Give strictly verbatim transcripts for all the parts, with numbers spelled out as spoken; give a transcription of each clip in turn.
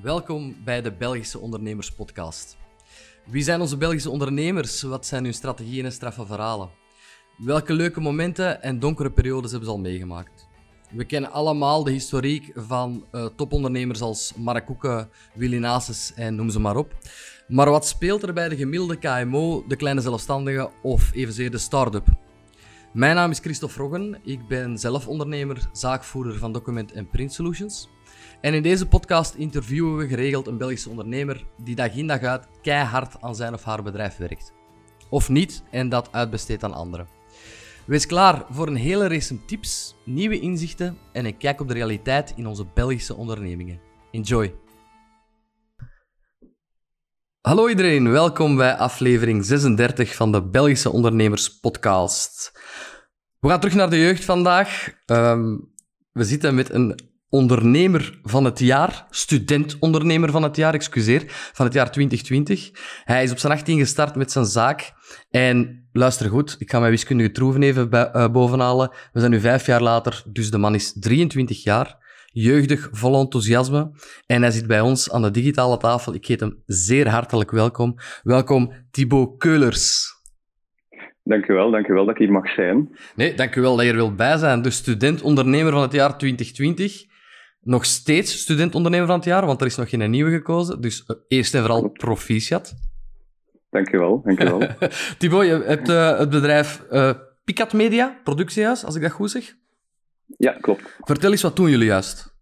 Welkom bij de Belgische Ondernemers Podcast. Wie zijn onze Belgische ondernemers? Wat zijn hun strategieën en straffe verhalen? Welke leuke momenten en donkere periodes hebben ze al meegemaakt? We kennen allemaal de historiek van uh, topondernemers als Mark Koeken, Willy Nases en noem ze maar op. Maar wat speelt er bij de gemiddelde K M O, de kleine zelfstandige of evenzeer de start-up? Mijn naam is Christophe Roggen, ik ben zelf ondernemer, zaakvoerder van Document en Print Solutions. En in deze podcast interviewen we geregeld een Belgische ondernemer die dag in dag uit keihard aan zijn of haar bedrijf werkt. Of niet en dat uitbesteedt aan anderen. Wees klaar voor een hele race tips, nieuwe inzichten en een kijk op de realiteit in onze Belgische ondernemingen. Enjoy! Hallo iedereen, welkom bij aflevering zesendertig van de Belgische Ondernemers Podcast. We gaan terug naar de jeugd vandaag. Um, we zitten met een ondernemer van het jaar, student-ondernemer van het jaar, excuseer, van het jaar twintig twintig. Hij is op zijn achttien gestart met zijn zaak. En luister goed, ik ga mijn wiskundige troeven even bij, uh, bovenhalen. We zijn nu vijf jaar later, dus de man is drieëntwintig jaar, jeugdig, vol enthousiasme. En hij zit bij ons aan de digitale tafel. Ik heet hem zeer hartelijk welkom. Welkom, Thibaut Keulers. Dank u wel, dank u wel dat ik hier mag zijn. Nee, dank u wel dat je er wilt bij zijn. De student-ondernemer van het jaar twintig twintig. Nog steeds student-ondernemer van het jaar, want er is nog geen nieuwe gekozen. Dus uh, eerst en vooral proficiat. Dank u wel, dank u wel. Thibaut, je hebt uh, het bedrijf uh, Picat Media, productiehuis, als ik dat goed zeg. Ja, klopt. Vertel eens, wat doen jullie juist?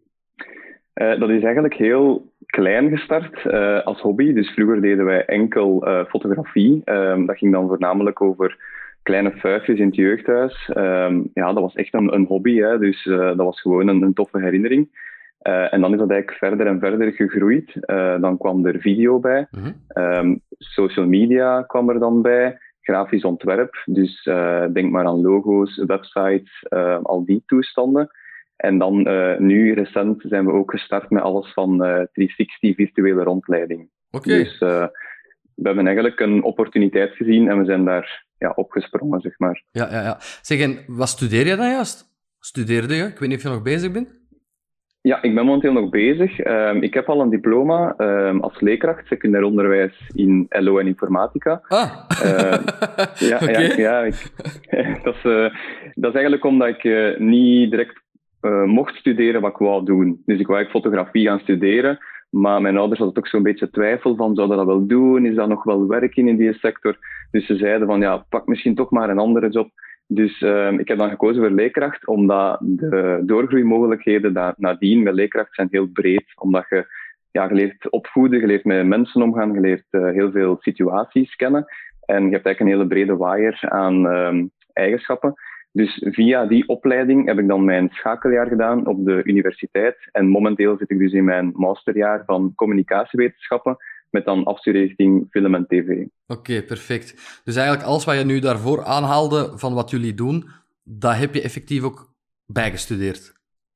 Uh, dat is eigenlijk heel klein gestart uh, als hobby. Dus vroeger deden wij enkel uh, fotografie. Uh, dat ging dan voornamelijk over kleine fuifjes in het jeugdhuis. Um, ja, dat was echt een, een hobby, hè. Dus uh, dat was gewoon een, een toffe herinnering. Uh, en dan is dat eigenlijk verder en verder gegroeid. Uh, dan kwam er video bij. Mm-hmm. Um, social media kwam er dan bij. Grafisch ontwerp. Dus uh, denk maar aan logo's, websites, uh, al die toestanden. En dan uh, nu, recent, zijn we ook gestart met alles van uh, driehonderdzestig virtuele rondleiding. Okay. Dus uh, we hebben eigenlijk een opportuniteit gezien en we zijn daar ja, opgesprongen, zeg maar. Ja, ja, ja. Zeg, en wat studeer je dan juist? Studeerde je? Ik weet niet of je nog bezig bent. Ja, ik ben momenteel nog bezig. Um, ik heb al een diploma um, als leerkracht, secundair onderwijs in L O en informatica. Ah, uh, ja, okay. ja, ja ik, dat, is, uh, dat is eigenlijk omdat ik uh, niet direct uh, mocht studeren wat ik wou doen. Dus ik wou eigenlijk fotografie gaan studeren, maar mijn ouders hadden toch zo'n beetje twijfel van, zouden dat wel doen? Is dat nog wel werk in in die sector? Dus ze zeiden van, ja, pak misschien toch maar een andere job. Dus uh, ik heb dan gekozen voor leerkracht, omdat de doorgroeimogelijkheden da- nadien met leerkracht zijn heel breed. Omdat je, ja, je leert opvoeden, je leert met mensen omgaan, je leert uh, heel veel situaties kennen. En je hebt eigenlijk een hele brede waaier aan uh, eigenschappen. Dus via die opleiding heb ik dan mijn schakeljaar gedaan op de universiteit. En momenteel zit ik dus in mijn masterjaar van communicatiewetenschappen, met dan afstudeerrichting film en tv. Oké, okay, perfect. Dus eigenlijk alles wat je nu daarvoor aanhaalde van wat jullie doen, dat heb je effectief ook bijgestudeerd?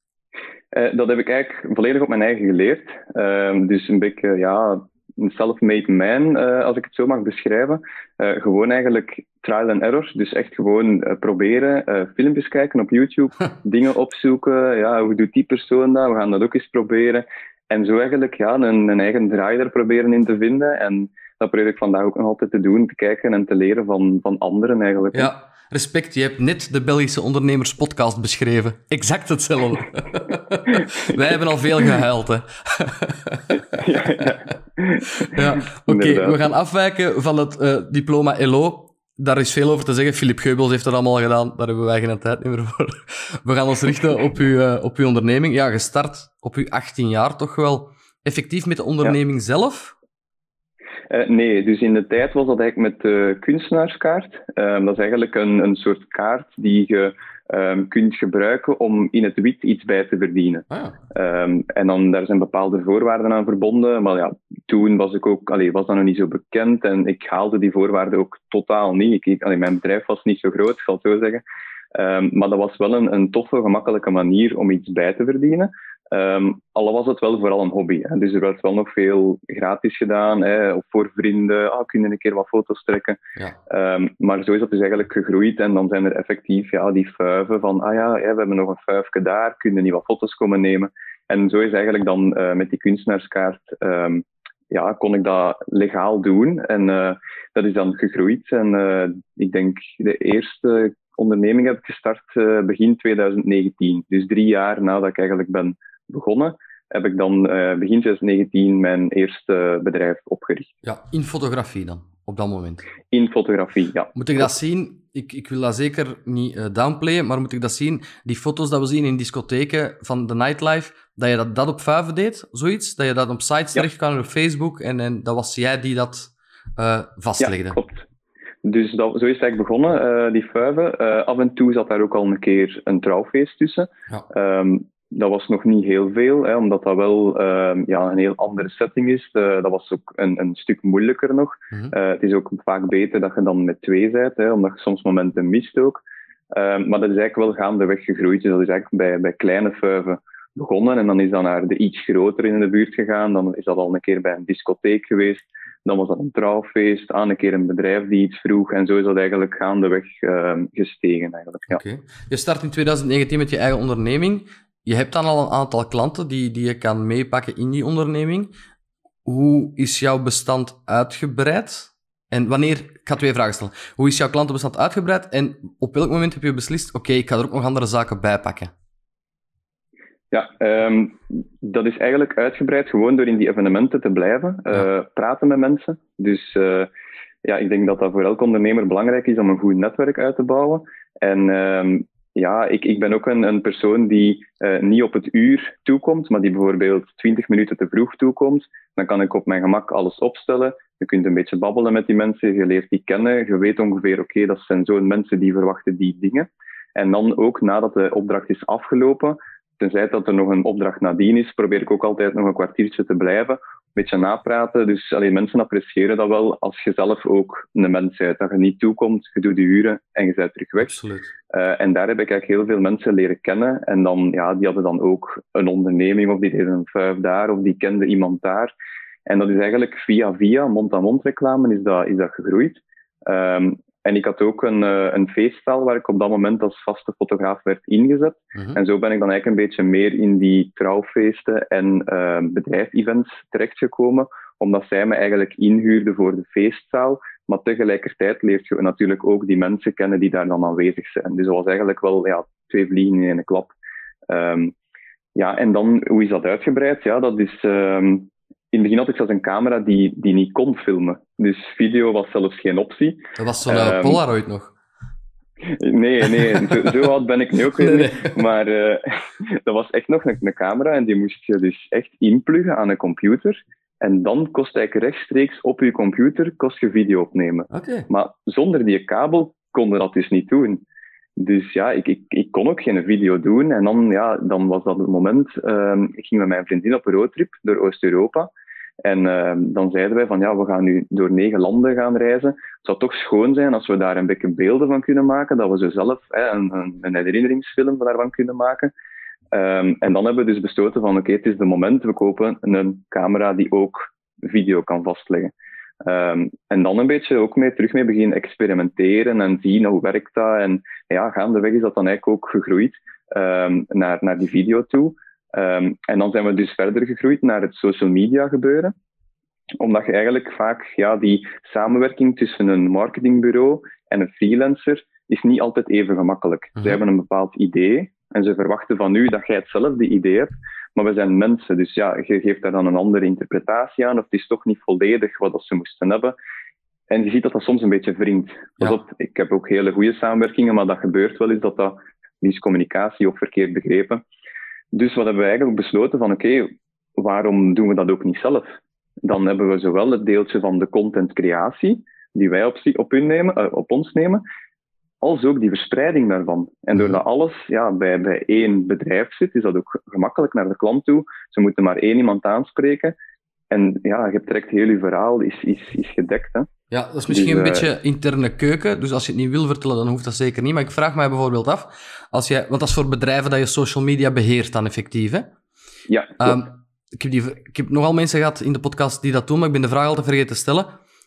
Uh, dat heb ik eigenlijk volledig op mijn eigen geleerd. Uh, dus een beetje, ja, een self-made man, uh, als ik het zo mag beschrijven. Uh, gewoon eigenlijk trial and error. Dus echt gewoon uh, proberen, uh, filmpjes kijken op YouTube, dingen opzoeken. Ja, hoe doet die persoon dat? We gaan dat ook eens proberen. En zo eigenlijk ja, een, een eigen draai er proberen in te vinden. En dat probeer ik vandaag ook nog altijd te doen, te kijken en te leren van, van anderen eigenlijk. Ja, respect. Je hebt net de Belgische Ondernemers Podcast beschreven. Exact hetzelfde. Wij hebben al veel gehuild, hè. ja, ja. ja, Oké, okay, we gaan afwijken van het uh, diploma L O. Daar is veel over te zeggen. Philip Geubels heeft dat allemaal gedaan. Daar hebben wij geen tijd meer voor. We gaan ons richten op uw, uh, op uw onderneming. Ja, gestart op uw achttien jaar toch wel effectief met de onderneming ja. zelf? Uh, nee, dus in de tijd was dat eigenlijk met de kunstenaarskaart. Um, dat is eigenlijk een, een soort kaart die je um, kunt gebruiken om in het wit iets bij te verdienen. Ah, ja. um, en dan, daar zijn bepaalde voorwaarden aan verbonden. Maar ja, toen was ik ook, allee, was dat nog niet zo bekend en ik haalde die voorwaarden ook totaal niet. Ik, ik, allee, mijn bedrijf was niet zo groot, ik zal het zo zeggen. Um, maar dat was wel een, een toffe, gemakkelijke manier om iets bij te verdienen. Um, al was het wel vooral een hobby. Hè. Dus er werd wel nog veel gratis gedaan, hè, of voor vrienden. Ah, kunnen een keer wat foto's trekken. Ja. Um, maar zo is dat dus eigenlijk gegroeid. En dan zijn er effectief ja, die fuiven van, ah ja, ja, we hebben nog een fuifje daar, kunnen niet wat foto's komen nemen. En zo is eigenlijk dan uh, met die kunstenaarskaart, um, ja, kon ik dat legaal doen. En uh, dat is dan gegroeid. En uh, ik denk de eerste onderneming heb ik gestart uh, begin twintig negentien. Dus drie jaar nadat ik eigenlijk ben begonnen, heb ik dan uh, begin twintig negentien mijn eerste bedrijf opgericht. Ja, in fotografie dan, op dat moment? In fotografie, ja. Moet ik dat zien? Ik, ik wil dat zeker niet uh, downplayen, maar moet ik dat zien? Die foto's dat we zien in discotheken van de nightlife, dat je dat, dat op Vuiven deed, zoiets? Dat je dat op sites ja. terecht kan op Facebook en, en dat was jij die dat uh, vastlegde? Ja, klopt. Dus dat, zo is het eigenlijk begonnen, uh, die Vuiven. Uh, af en toe zat daar ook al een keer een trouwfeest tussen. Ja. Um, dat was nog niet heel veel, hè, omdat dat wel uh, ja, een heel andere setting is. Uh, dat was ook een, een stuk moeilijker nog. Mm-hmm. Uh, het is ook vaak beter dat je dan met twee bent, hè, omdat je soms momenten mist ook. Uh, maar dat is eigenlijk wel gaandeweg gegroeid. Dus dat is eigenlijk bij, bij kleine Vuiven begonnen. En dan is dat naar de iets grotere in de buurt gegaan. Dan is dat al een keer bij een discotheek geweest. Dan was dat een trouwfeest, aan een keer een bedrijf die iets vroeg. En zo is dat eigenlijk gaandeweg uh, gestegen. Eigenlijk, ja. Okay. Je start in twintig negentien met je eigen onderneming. Je hebt dan al een aantal klanten die, die je kan meepakken in die onderneming. Hoe is jouw bestand uitgebreid? En wanneer... Ik ga twee vragen stellen. Hoe is jouw klantenbestand uitgebreid? En op welk moment heb je beslist, oké, okay, ik ga er ook nog andere zaken bij pakken? Ja, um, dat is eigenlijk uitgebreid gewoon door in die evenementen te blijven. Uh, ja. Praten met mensen. Dus uh, ja, ik denk dat dat voor elk ondernemer belangrijk is om een goed netwerk uit te bouwen. En... Um, Ja, ik, ik ben ook een, een persoon die uh, niet op het uur toekomt, maar die bijvoorbeeld twintig minuten te vroeg toekomt. Dan kan ik op mijn gemak alles opstellen. Je kunt een beetje babbelen met die mensen, je leert die kennen. Je weet ongeveer, oké, okay, dat zijn zo'n mensen die verwachten die dingen. En dan ook nadat de opdracht is afgelopen, tenzij dat er nog een opdracht nadien is, probeer ik ook altijd nog een kwartiertje te blijven. Een beetje napraten. Dus allee, mensen appreciëren dat wel als je zelf ook een mens bent. Dat je niet toekomt, je doet de uren en je bent terug weg. Absoluut. Uh, en daar heb ik eigenlijk heel veel mensen leren kennen. En dan, ja, die hadden dan ook een onderneming, of die deden een vuif daar, of die kenden iemand daar. En dat is eigenlijk via via, mond-aan-mond reclame, is dat, is dat gegroeid. Um, En ik had ook een, uh, een feestzaal waar ik op dat moment als vaste fotograaf werd ingezet. Mm-hmm. En zo ben ik dan eigenlijk een beetje meer in die trouwfeesten en uh, bedrijfsevents terechtgekomen, omdat zij me eigenlijk inhuurden voor de feestzaal. Maar tegelijkertijd leert je natuurlijk ook die mensen kennen die daar dan aanwezig zijn. Dus dat was eigenlijk wel ja, twee vliegen in één klap. Um, ja, en dan, hoe is dat uitgebreid? Ja, dat is... Um, In het begin had ik zelfs een camera die, die niet kon filmen. Dus video was zelfs geen optie. Dat was zo'n um, Polaroid nog? Nee, nee. Zo, zo oud ben ik nu ook weer nee, nee. niet. Maar uh, dat was echt nog een, een camera en die moest je dus echt inpluggen aan een computer. En dan kost eigenlijk rechtstreeks op je computer kost je video opnemen. Okay. Maar zonder die kabel kon je dat dus niet doen. Dus ja, ik, ik, ik kon ook geen video doen. En dan, ja, dan was dat het moment... Um, ik ging met mijn vriendin op een roadtrip door Oost-Europa. En uh, dan zeiden wij van, ja, we gaan nu door negen landen gaan reizen. Het zou toch schoon zijn als we daar een beetje beelden van kunnen maken, dat we zo zelf hè, een, een, een herinneringsfilm daarvan kunnen maken. Um, en dan hebben we dus besloten van, oké, okay, het is de moment, we kopen een camera die ook video kan vastleggen. Um, en dan een beetje ook mee, terug mee beginnen experimenteren en zien hoe werkt dat. En ja, gaandeweg is dat dan eigenlijk ook gegroeid um, naar, naar die video toe. Um, en dan zijn we dus verder gegroeid naar het social media gebeuren. Omdat je eigenlijk vaak ja, die samenwerking tussen een marketingbureau en een freelancer is niet altijd even gemakkelijk. Mm-hmm. Ze hebben een bepaald idee en ze verwachten van u dat jij hetzelfde idee hebt. Maar we zijn mensen, dus ja, je geeft daar dan een andere interpretatie aan of het is toch niet volledig wat ze moesten hebben. En je ziet dat dat soms een beetje wringt. Pas ja. op, ik heb ook hele goede samenwerkingen, maar dat gebeurt wel eens dat dat miscommunicatie of verkeerd begrepen. Dus wat hebben we eigenlijk besloten van oké, okay, waarom doen we dat ook niet zelf? Dan hebben we zowel het deeltje van de contentcreatie, die wij op, op, hun nemen, uh, op ons nemen, als ook die verspreiding daarvan. En doordat alles ja, bij, bij één bedrijf zit, is dat ook gemakkelijk naar de klant toe. Ze moeten maar één iemand aanspreken. En ja, je hebt direct heel je verhaal is, is, is gedekt. Hè. Ja, dat is misschien dus, een uh, beetje interne keuken. Dus als je het niet wil vertellen, dan hoeft dat zeker niet. Maar ik vraag mij bijvoorbeeld af, als jij, want dat is voor bedrijven dat je social media beheert dan effectief, hè? Ja, um, ik, heb die, ik heb nogal mensen gehad in de podcast die dat doen, maar ik ben de vraag altijd vergeten te stellen.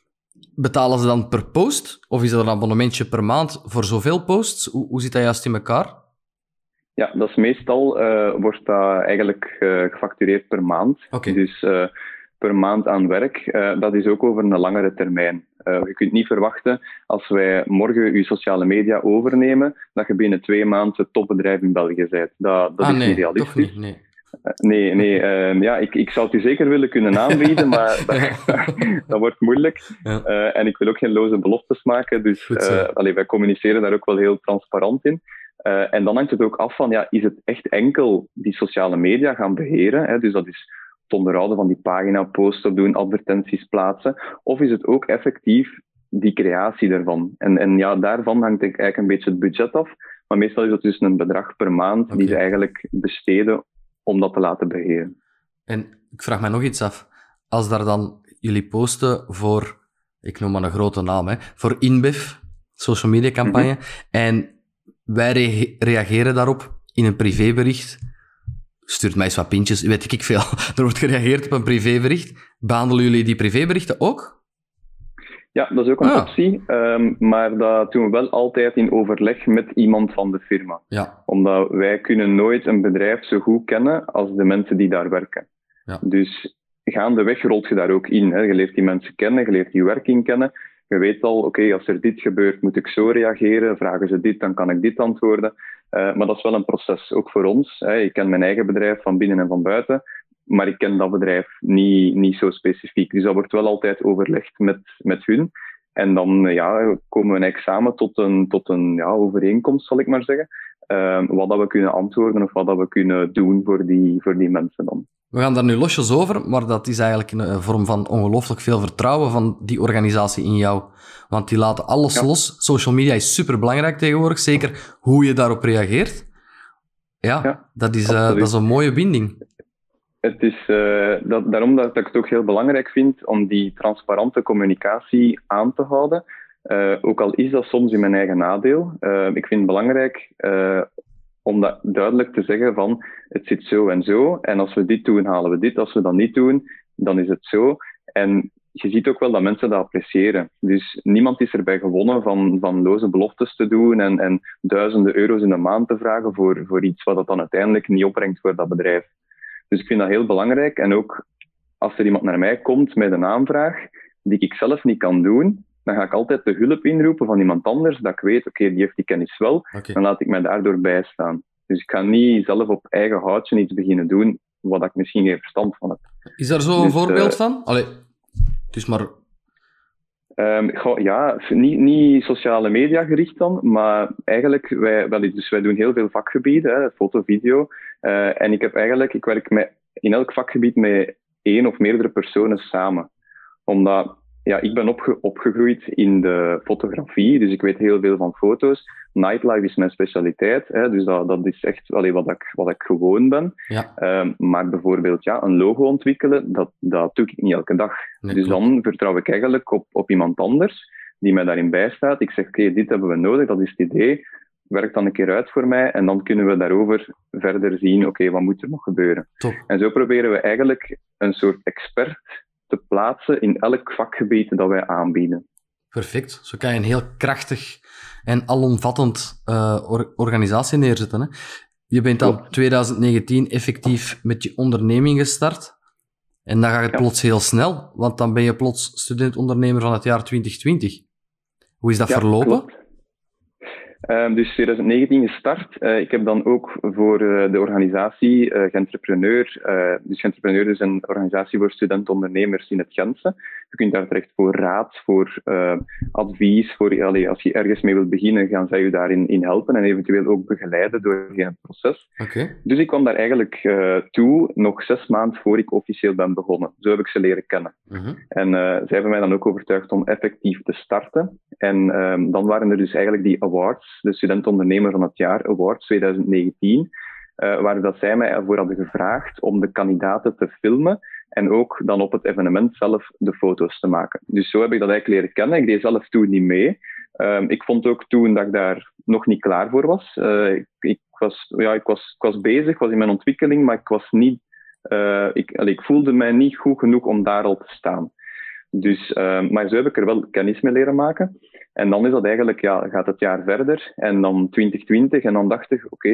Betalen ze dan per post? Of is dat een abonnementje per maand voor zoveel posts? Hoe, hoe zit dat juist in elkaar? Ja, dat is meestal, uh, wordt dat eigenlijk uh, gefactureerd per maand. Okay. Dus uh, per maand aan werk. Uh, dat is ook over een langere termijn. Uh, je kunt niet verwachten, als wij morgen je sociale media overnemen, dat je binnen twee maanden het topbedrijf in België bent. Dat, dat ah, is nee, niet realistisch. Toch niet, nee. Uh, nee, nee uh, ja, ik, ik zou het u zeker willen kunnen aanbieden, maar dat, dat wordt moeilijk. Ja. Uh, en ik wil ook geen loze beloftes maken. Dus uh, allee, wij communiceren daar ook wel heel transparant in. Uh, en dan hangt het ook af van, ja, is het echt enkel die sociale media gaan beheren? Hè? Dus dat is het onderhouden van die pagina, posts opdoen, advertenties plaatsen. Of is het ook effectief die creatie daarvan? En, en ja, daarvan hangt eigenlijk een beetje het budget af. Maar meestal is dat dus een bedrag per maand okay. die ze eigenlijk besteden om dat te laten beheren. En ik vraag mij nog iets af. Als daar dan jullie posten voor, ik noem maar een grote naam, hè, voor InBev, social media campagne, mm-hmm. en wij re- reageren daarop in een privébericht. Stuurt mij eens wat pintjes, weet ik veel. Er wordt gereageerd op een privébericht. Behandelen jullie die privéberichten ook? Ja, dat is ook een ah. optie. Um, maar dat doen we wel altijd in overleg met iemand van de firma. Ja. Omdat wij kunnen nooit een bedrijf zo goed kennen als de mensen die daar werken. Ja. Dus gaandeweg rolt je daar ook in. Hè. Je leert die mensen kennen, je leert die werking kennen. Je weet al, oké, okay, als er dit gebeurt, moet ik zo reageren. Vragen ze dit, dan kan ik dit antwoorden. Uh, maar dat is wel een proces, ook voor ons. Hè. Ik ken mijn eigen bedrijf van binnen en van buiten, maar ik ken dat bedrijf niet, niet zo specifiek. Dus dat wordt wel altijd overlegd met, met hun. En dan ja, komen we eigenlijk samen tot een, tot een ja, overeenkomst, zal ik maar zeggen. Uh, wat dat we kunnen antwoorden of wat dat we kunnen doen voor die, voor die mensen dan. We gaan daar nu losjes over, maar dat is eigenlijk een vorm van ongelooflijk veel vertrouwen van die organisatie in jou. Want die laten alles ja. los. Social media is superbelangrijk tegenwoordig, zeker hoe je daarop reageert. Ja, ja dat, is, uh, dat is een mooie binding. Het is uh, dat, daarom dat ik het ook heel belangrijk vind om die transparante communicatie aan te houden. Uh, ook al is dat soms in mijn eigen nadeel. Uh, ik vind het belangrijk uh, om dat duidelijk te zeggen van het zit zo en zo. En als we dit doen, halen we dit. Als we dat niet doen, dan is het zo. En je ziet ook wel dat mensen dat appreciëren. Dus niemand is erbij gewonnen van, van loze beloftes te doen en, en duizenden euro's in de maand te vragen voor, voor iets wat dat dan uiteindelijk niet opbrengt voor dat bedrijf. Dus ik vind dat heel belangrijk. En ook als er iemand naar mij komt met een aanvraag die ik zelf niet kan doen, dan ga ik altijd de hulp inroepen van iemand anders, dat ik weet, oké, okay, die heeft die kennis wel, okay. Dan laat ik mij daardoor bijstaan. Dus ik ga niet zelf op eigen houtje iets beginnen doen, wat ik misschien geen verstand van heb. Is daar zo een dus, voorbeeld uh, van? Allee, het is maar... Um, goh, ja, niet, niet sociale media gericht dan, maar eigenlijk, wij, wel, dus wij doen heel veel vakgebieden, hè, foto, video, uh, en ik heb eigenlijk, ik werk met, in elk vakgebied met één of meerdere personen samen. Omdat... Ja, ik ben opge- opgegroeid in de fotografie, dus ik weet heel veel van foto's. Nightlife is mijn specialiteit, hè, dus dat, dat is echt allee, wat, ik, wat ik gewoon ben. Ja. Um, maar bijvoorbeeld ja, een logo ontwikkelen, dat, dat doe ik niet elke dag. Nee, dus klopt. Dan vertrouw ik eigenlijk op, op iemand anders die mij daarin bijstaat. Ik zeg, oké, okay, dit hebben we nodig, dat is het idee. Werk dan een keer uit voor mij en dan kunnen we daarover verder zien, oké, okay, wat moet er nog gebeuren? Top. En zo proberen we eigenlijk een soort expert te plaatsen in elk vakgebied dat wij aanbieden. Perfect. Zo kan je een heel krachtig en alomvattend uh, or- organisatie neerzetten. Hè? Je bent al twintig negentien effectief met je onderneming gestart. En dan gaat het ja. plots heel snel, want dan ben je plots student-ondernemer van het jaar twintig twintig. Hoe is dat ja, verlopen? Klopt. Um, dus twintig negentien gestart. Uh, ik heb dan ook voor uh, de organisatie uh, Gentrepreneur, uh, dus Gentrepreneur is een organisatie voor student-ondernemers in het Gentse. Je kunt daar terecht voor raad, voor uh, advies, voor, allee, als je ergens mee wilt beginnen, gaan zij je daarin in helpen en eventueel ook begeleiden door het proces. Okay. Dus ik kwam daar eigenlijk uh, toe, nog zes maanden voor ik officieel ben begonnen. Zo heb ik ze leren kennen. Uh-huh. En uh, zij hebben mij dan ook overtuigd om effectief te starten. En um, dan waren er dus eigenlijk die awards, de Student-Ondernemer van het Jaar Awards twintig negentien, uh, waar dat zij mij ervoor hadden gevraagd om de kandidaten te filmen en ook dan op het evenement zelf de foto's te maken. Dus zo heb ik dat eigenlijk leren kennen. Ik deed zelf toen niet mee. Um, ik vond ook toen dat ik daar nog niet klaar voor was. Uh, ik, ik, was ja, ik, was, ik was bezig, ik was in mijn ontwikkeling, maar ik, was niet, uh, ik, allee, ik voelde mij niet goed genoeg om daar al te staan. Dus, uh, maar zo heb ik er wel kennis mee leren maken. En dan is dat eigenlijk, ja, gaat het jaar verder. En dan twintig twintig. En dan dacht ik, oké, okay,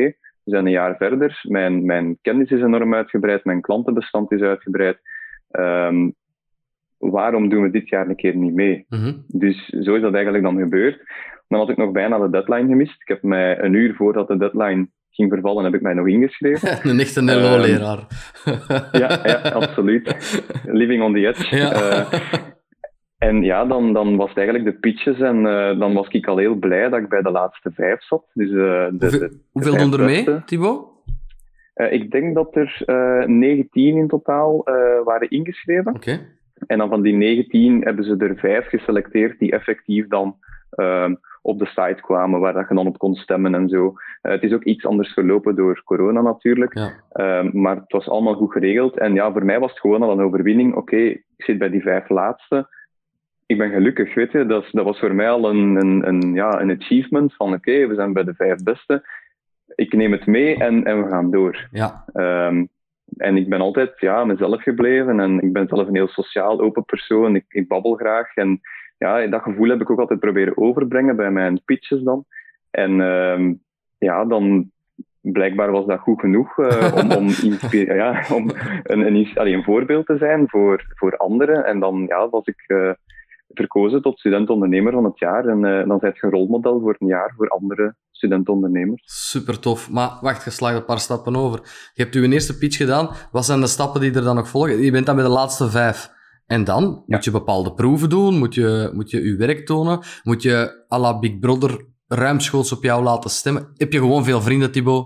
We zijn een jaar verder. Mijn, mijn kennis is enorm uitgebreid. Mijn klantenbestand is uitgebreid. Um, waarom doen we dit jaar een keer niet mee? Mm-hmm. Dus zo is dat eigenlijk dan gebeurd. Dan had ik nog bijna de deadline gemist. Ik heb mij een uur voordat de deadline ging vervallen, heb ik mij nog ingeschreven. Een echte L O-leraar. Um, ja, ja, absoluut. Living on the edge. Ja. Uh, en ja, dan, dan was het eigenlijk de pitches en uh, dan was ik al heel blij dat ik bij de laatste vijf zat. Dus, uh, de, hoeveel de, de hoeveel doen er mee, Thibaut? Uh, ik denk dat er uh, negentien in totaal uh, waren ingeschreven. Oké. Okay. En dan van die negentien hebben ze er vijf geselecteerd die effectief dan uh, op de site kwamen, waar dat je dan op kon stemmen en zo. Uh, het is ook iets anders verlopen door corona natuurlijk, ja. uh, maar het was allemaal goed geregeld. En ja, voor mij was het gewoon al een overwinning. Oké, okay, ik zit bij die vijf laatste. Ik ben gelukkig, weet je. Dat, dat was voor mij al een, een, een, ja, een achievement van oké, okay, we zijn bij de vijf beste. Ik neem het mee en, en we gaan door. Ja. Um, En ik ben altijd ja, mezelf gebleven en ik ben zelf een heel sociaal, open persoon. Ik, ik babbel graag en ja, dat gevoel heb ik ook altijd proberen overbrengen bij mijn pitches dan. En uh, ja, dan blijkbaar was dat goed genoeg uh, om, om, inspira- ja, om een, een, allee, een voorbeeld te zijn voor, voor anderen. En dan ja, was ik uh, verkozen tot student-ondernemer van het jaar. En uh, dan ben je een rolmodel voor een jaar voor andere student-ondernemers. Super tof. Maar wacht, je slaagt een paar stappen over. Je hebt je eerste pitch gedaan. Wat zijn de stappen die er dan nog volgen? Je bent dan bij de laatste vijf. En dan ja. moet je bepaalde proeven doen, moet je, moet je je werk tonen, moet je à la Big Brother ruimschoots op jou laten stemmen. Heb je gewoon veel vrienden, Thibaut?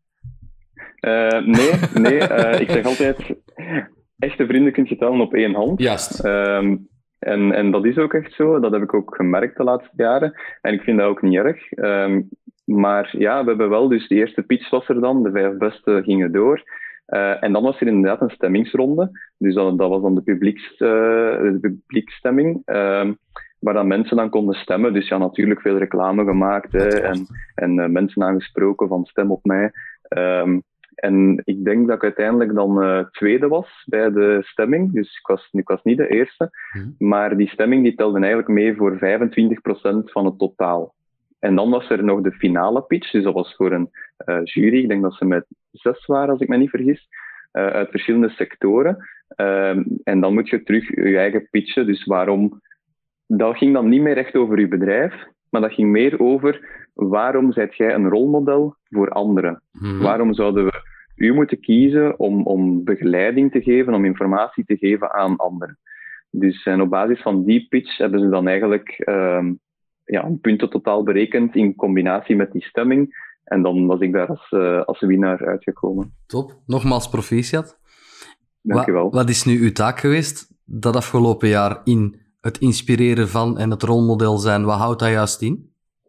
Uh, nee, nee. Uh, ik zeg altijd, echte vrienden kun je tellen op één hand. Juist. Um, en, en dat is ook echt zo. Dat heb ik ook gemerkt de laatste jaren. En ik vind dat ook niet erg. Um, maar ja, we hebben wel, dus de eerste pitch was er dan, de vijf beste gingen door. Uh, en dan was er inderdaad een stemmingsronde. Dus dat, dat was dan de, publieks, uh, de publiekstemming. Uh, waar dan mensen dan konden stemmen. Dus ja, natuurlijk veel reclame gemaakt. Hè, en en uh, mensen aangesproken van stem op mij. Um, en ik denk dat ik uiteindelijk dan uh, tweede was bij de stemming. Dus ik was, ik was niet de eerste. Hmm. Maar die stemming die telde eigenlijk mee voor vijfentwintig procent van het totaal. En dan was er nog de finale pitch. Dus dat was voor een uh, jury. Ik denk dat ze met zes waren, als ik me niet vergis. Uh, uit verschillende sectoren. Uh, en dan moet je terug je eigen pitchen. Dus waarom... Dat ging dan niet meer echt over je bedrijf. Maar dat ging meer over... Waarom zijt jij een rolmodel voor anderen? Hmm. Waarom zouden we u moeten kiezen om, om begeleiding te geven, om informatie te geven aan anderen? Dus en op basis van die pitch hebben ze dan eigenlijk um, ja, een puntentotaal berekend in combinatie met die stemming. En dan was ik daar als, uh, als winnaar uitgekomen. Top. Nogmaals proficiat. Dank je wel. Wat, wat is nu uw taak geweest dat afgelopen jaar in het inspireren van en het rolmodel zijn? Wat houdt dat juist in?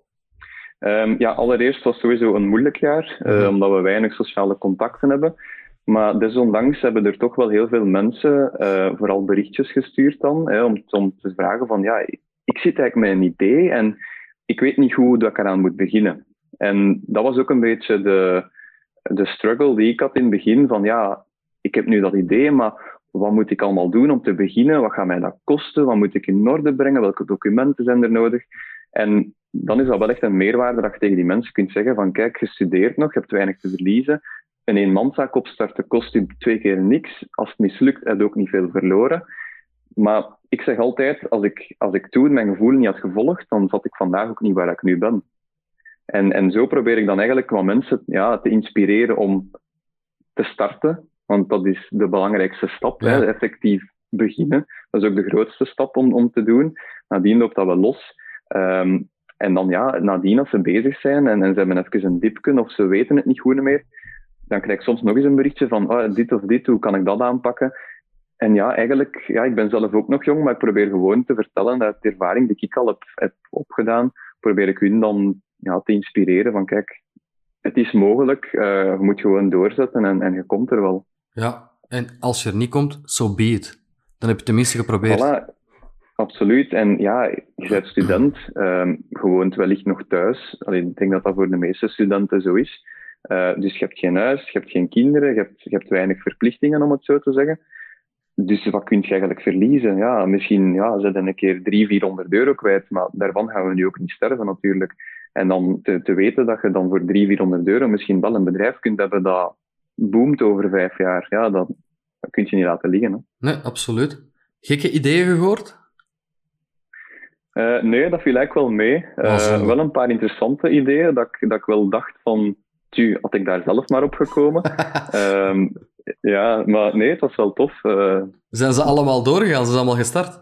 Um, ja, allereerst was het sowieso een moeilijk jaar, uh, mm-hmm. omdat we weinig sociale contacten hebben. Maar desondanks hebben er toch wel heel veel mensen uh, vooral berichtjes gestuurd dan, hè, om, om te vragen van, ja, ik zit eigenlijk met een idee en ik weet niet hoe dat ik eraan moet beginnen. En dat was ook een beetje de, de struggle die ik had in het begin, van ja, ik heb nu dat idee, maar wat moet ik allemaal doen om te beginnen? Wat gaat mij dat kosten? Wat moet ik in orde brengen? Welke documenten zijn er nodig? En dan is dat wel echt een meerwaarde dat je tegen die mensen kunt zeggen van kijk, je studeert nog, je hebt weinig te verliezen. Een eenmanszaak opstarten kost je twee keer niks. Als het mislukt, heb je ook niet veel verloren. Maar ik zeg altijd, als ik, als ik toen mijn gevoel niet had gevolgd, dan zat ik vandaag ook niet waar ik nu ben. En, en zo probeer ik dan eigenlijk wat mensen ja, te inspireren om te starten. Want dat is de belangrijkste stap, ja. hè, effectief beginnen. Dat is ook de grootste stap om, om te doen. Nadien loopt dat wel los. Um, En dan ja, nadien als ze bezig zijn en, en ze hebben even een dipje of ze weten het niet goed meer, dan krijg ik soms nog eens een berichtje van oh, dit of dit, hoe kan ik dat aanpakken? En ja, eigenlijk, ja, ik ben zelf ook nog jong, maar ik probeer gewoon te vertellen uit de ervaring die ik al heb, heb opgedaan, probeer ik hun dan ja, te inspireren van kijk, het is mogelijk, uh, je moet gewoon doorzetten en, en je komt er wel. Ja, en als je er niet komt, so be it. Dan heb je tenminste geprobeerd. Voilà. Absoluut. En ja, je bent student, um, je woont wellicht nog thuis. Allee, ik denk dat dat voor de meeste studenten zo is. Uh, dus je hebt geen huis, je hebt geen kinderen, je hebt, je hebt weinig verplichtingen, om het zo te zeggen. Dus wat kun je eigenlijk verliezen? Ja, misschien ja, zijn een keer driehonderd, vierhonderd euro kwijt, maar daarvan gaan we nu ook niet sterven natuurlijk. En dan te, te weten dat je dan voor driehonderd, vierhonderd euro misschien wel een bedrijf kunt hebben dat boomt over vijf jaar. Ja, dat, dat kun je niet laten liggen. Hè. Nee, absoluut. Gekke ideeën gehoord? Uh, nee, dat viel eigenlijk wel mee. Uh, wel een paar interessante ideeën dat ik, dat ik wel dacht van, tju, had ik daar zelf maar op gekomen. um, ja, maar nee, het was wel tof. Uh, zijn ze allemaal doorgegaan? Zijn ze allemaal gestart?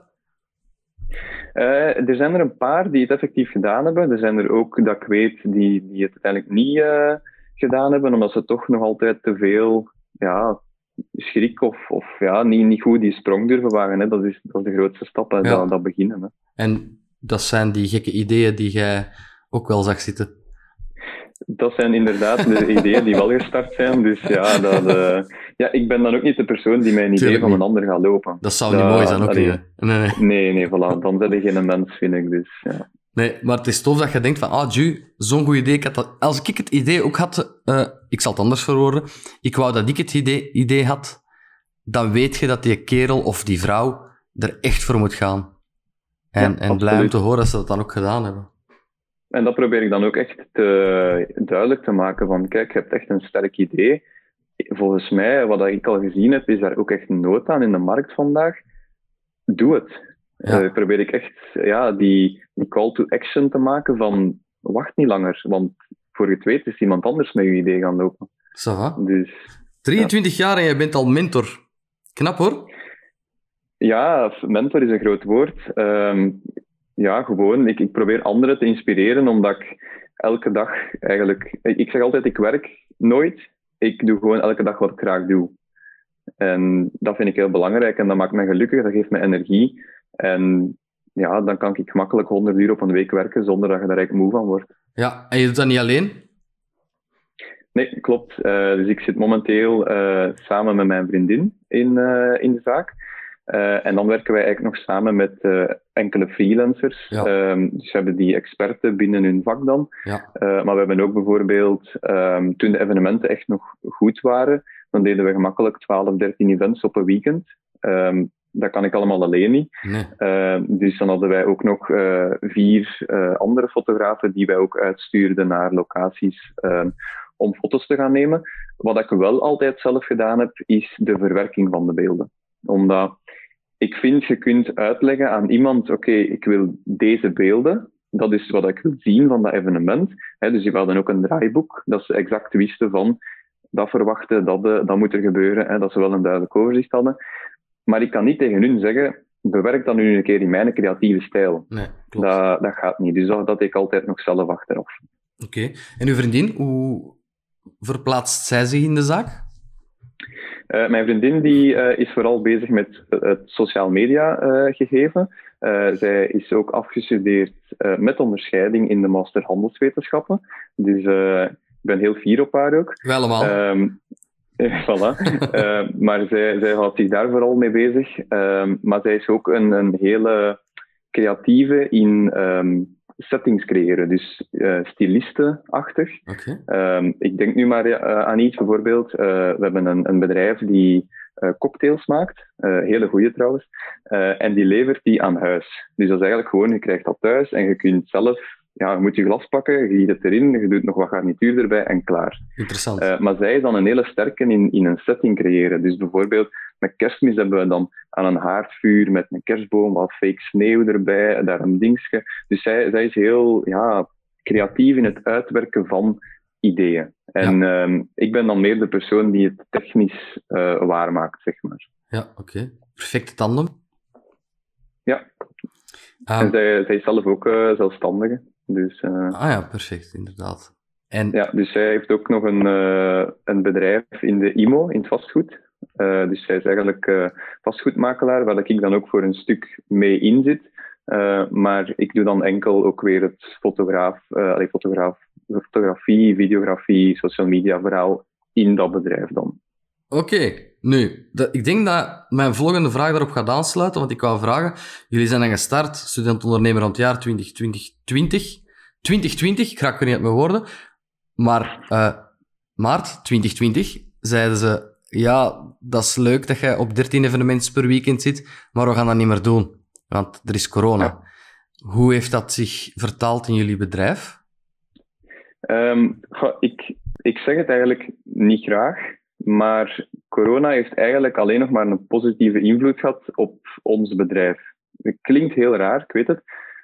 Uh, er zijn er een paar die het effectief gedaan hebben. Er zijn er ook, dat ik weet, die, die het uiteindelijk niet uh, gedaan hebben, omdat ze toch nog altijd te veel ja, schrik of, of ja, niet, niet goed die sprong durven wagen. Hè. Dat, is, dat is de grootste stap, hè, ja. dat, dat beginnen. Hè. En dat zijn die gekke ideeën die jij ook wel zag zitten? Dat zijn inderdaad de ideeën die wel gestart zijn. Dus ja, dat, uh, ja, ik ben dan ook niet de persoon die mijn idee van een ander gaat lopen. Dat zou dat, niet mooi zijn, ook niet. Nee, nee, nee, nee voilà. Dan ben je geen mens, vind ik. Dus, ja. Nee, maar het is tof dat je denkt van, ah, Ju, zo'n goed idee. Ik had dat, als ik het idee ook had, uh, ik zal het anders verwoorden, ik wou dat ik het idee, idee had, dan weet je dat die kerel of die vrouw er echt voor moet gaan. En, ja, en blij om te horen dat ze dat dan ook gedaan hebben. En dat probeer ik dan ook echt te, duidelijk te maken van, kijk, je hebt echt een sterk idee. Volgens mij, wat ik al gezien heb, is daar ook echt nood aan in de markt vandaag. Doe het. Ja. Uh, probeer ik echt ja, die, die call to action te maken van, wacht niet langer, want voor je het weet is iemand anders met je idee gaan lopen. Ça va. Dus, drieëntwintig ja. jaar en je bent al mentor. Knap hoor. Ja, mentor is een groot woord. Um, Ja, gewoon. Ik, ik probeer anderen te inspireren, omdat ik elke dag eigenlijk... Ik zeg altijd, ik werk nooit. Ik doe gewoon elke dag wat ik graag doe. En dat vind ik heel belangrijk en dat maakt me gelukkig, dat geeft me energie. En ja, dan kan ik gemakkelijk honderd uur op een week werken zonder dat je daar eigenlijk moe van wordt. Ja, en je doet dat niet alleen? Nee, klopt. Uh, dus ik zit momenteel uh, samen met mijn vriendin in, uh, in de zaak. Uh, en dan werken wij eigenlijk nog samen met uh, enkele freelancers. Ja. Um, dus we hebben die experten binnen hun vak dan. Ja. Uh, maar we hebben ook bijvoorbeeld, um, toen de evenementen echt nog goed waren, dan deden we gemakkelijk twaalf, dertien events op een weekend. Um, dat kan ik allemaal alleen niet. Nee. Uh, dus dan hadden wij ook nog uh, vier uh, andere fotografen die wij ook uitstuurden naar locaties uh, om foto's te gaan nemen. Wat ik wel altijd zelf gedaan heb, is de verwerking van de beelden. Omdat ik vind, je kunt uitleggen aan iemand, oké, okay, ik wil deze beelden. Dat is wat ik wil zien van dat evenement. He, dus we hadden ook een draaiboek, dat ze exact wisten van, dat verwachten, dat, de, dat moet er gebeuren, he, dat ze wel een duidelijk overzicht hadden. Maar ik kan niet tegen hun zeggen, bewerk dat nu een keer in mijn creatieve stijl. Nee, klopt. Dat, dat gaat niet. Dus dat, dat deed ik altijd nog zelf achteraf. Oké. Okay. En uw vriendin, hoe verplaatst zij zich in de zaak? Uh, mijn vriendin die, uh, is vooral bezig met het sociaal media uh, gegeven. Uh, zij is ook afgestudeerd uh, met onderscheiding in de master handelswetenschappen. Dus uh, ik ben heel fier op haar ook. Wel allemaal. Um, voilà. uh, maar zij, zij houdt zich daar vooral mee bezig. Um, maar zij is ook een, een hele creatieve in um, settings creëren. Dus uh, stylisten-achtig. Okay. Um, ik denk nu maar uh, aan iets, bijvoorbeeld. Uh, we hebben een, een bedrijf die uh, cocktails maakt. Uh, hele goede trouwens. Uh, en die levert die aan huis. Dus dat is eigenlijk gewoon, je krijgt dat thuis en je kunt zelf... Ja, je moet je glas pakken, je giet het erin, je doet nog wat garnituur erbij en klaar. Interessant. Uh, maar zij is dan een hele sterke in, in een setting creëren. Dus bijvoorbeeld met kerstmis hebben we dan aan een haardvuur met een kerstboom, wat fake sneeuw erbij, daar een dingetje. Dus zij, zij is heel ja, creatief in het uitwerken van ideeën. En ja. um, ik ben dan meer de persoon die het technisch uh, waarmaakt, zeg maar. Ja, oké. Okay. Perfecte tandem. Ja. Um, en zij, zij is zelf ook uh, zelfstandige. Dus, uh, ah ja, perfect, inderdaad. En... Ja, dus zij heeft ook nog een, uh, een bedrijf in de I M O, in het vastgoed. Uh, dus zij is eigenlijk uh, vastgoedmakelaar, waar ik dan ook voor een stuk mee in zit. Uh, maar ik doe dan enkel ook weer het fotograaf, uh, allee, fotograaf, fotografie, videografie, social media verhaal in dat bedrijf dan. Oké, okay. Nu, de, ik denk dat mijn volgende vraag daarop gaat aansluiten, want ik wou vragen, jullie zijn dan gestart, student-ondernemer van het jaar twintig twintig. twintig twintig, ik raak er niet uit mijn woorden, maar uh, maart twintig twintig zeiden ze, ja, dat is leuk dat je op dertien evenementen per weekend zit, maar we gaan dat niet meer doen, want er is corona. Ja. Hoe heeft dat zich vertaald in jullie bedrijf? Um, goh, ik, ik zeg het eigenlijk niet graag, maar corona heeft eigenlijk alleen nog maar een positieve invloed gehad op ons bedrijf. Het klinkt heel raar, ik weet het.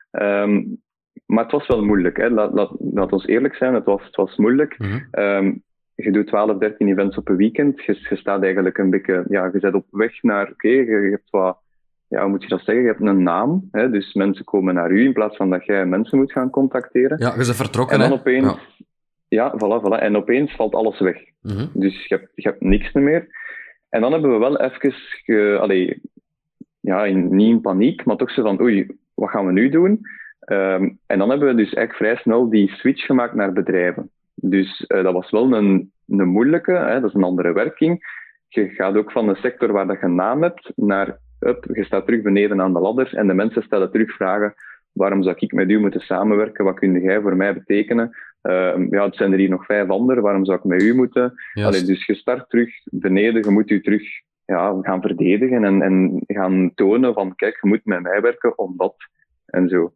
Um, maar het was wel moeilijk. Hè. Laat, laat, laat ons eerlijk zijn, het was, het was moeilijk. Mm-hmm. Um, je doet twaalf, dertien events op een weekend. Je, je staat eigenlijk een beetje... Ja, je bent op weg naar... Oké, okay, je, je hebt wat... Ja, hoe moet je dat zeggen? Je hebt een naam. Hè, dus mensen komen naar u in plaats van dat jij mensen moet gaan contacteren. Ja, je bent vertrokken. En dan hè? opeens... Ja. Ja, voilà, voilà. En opeens valt alles weg. Mm-hmm. Dus je hebt, je hebt niks meer. En dan hebben we wel even... Ge, allee, ja, in, niet in paniek, maar toch zo van... Oei, wat gaan we nu doen? Um, en dan hebben we dus eigenlijk vrij snel die switch gemaakt naar bedrijven. Dus uh, dat was wel een, een moeilijke, hè, dat is een andere werking. Je gaat ook van een sector waar dat je een naam hebt, naar... Up, je staat terug beneden aan de ladder en de mensen stellen terug vragen: waarom zou ik met u moeten samenwerken? Wat kun jij voor mij betekenen? Uh, ja, het zijn er hier nog vijf anderen, waarom zou ik met u moeten? Allee, dus je start terug beneden, je moet je terug ja, gaan verdedigen en, en gaan tonen van kijk, je moet met mij werken omdat en zo.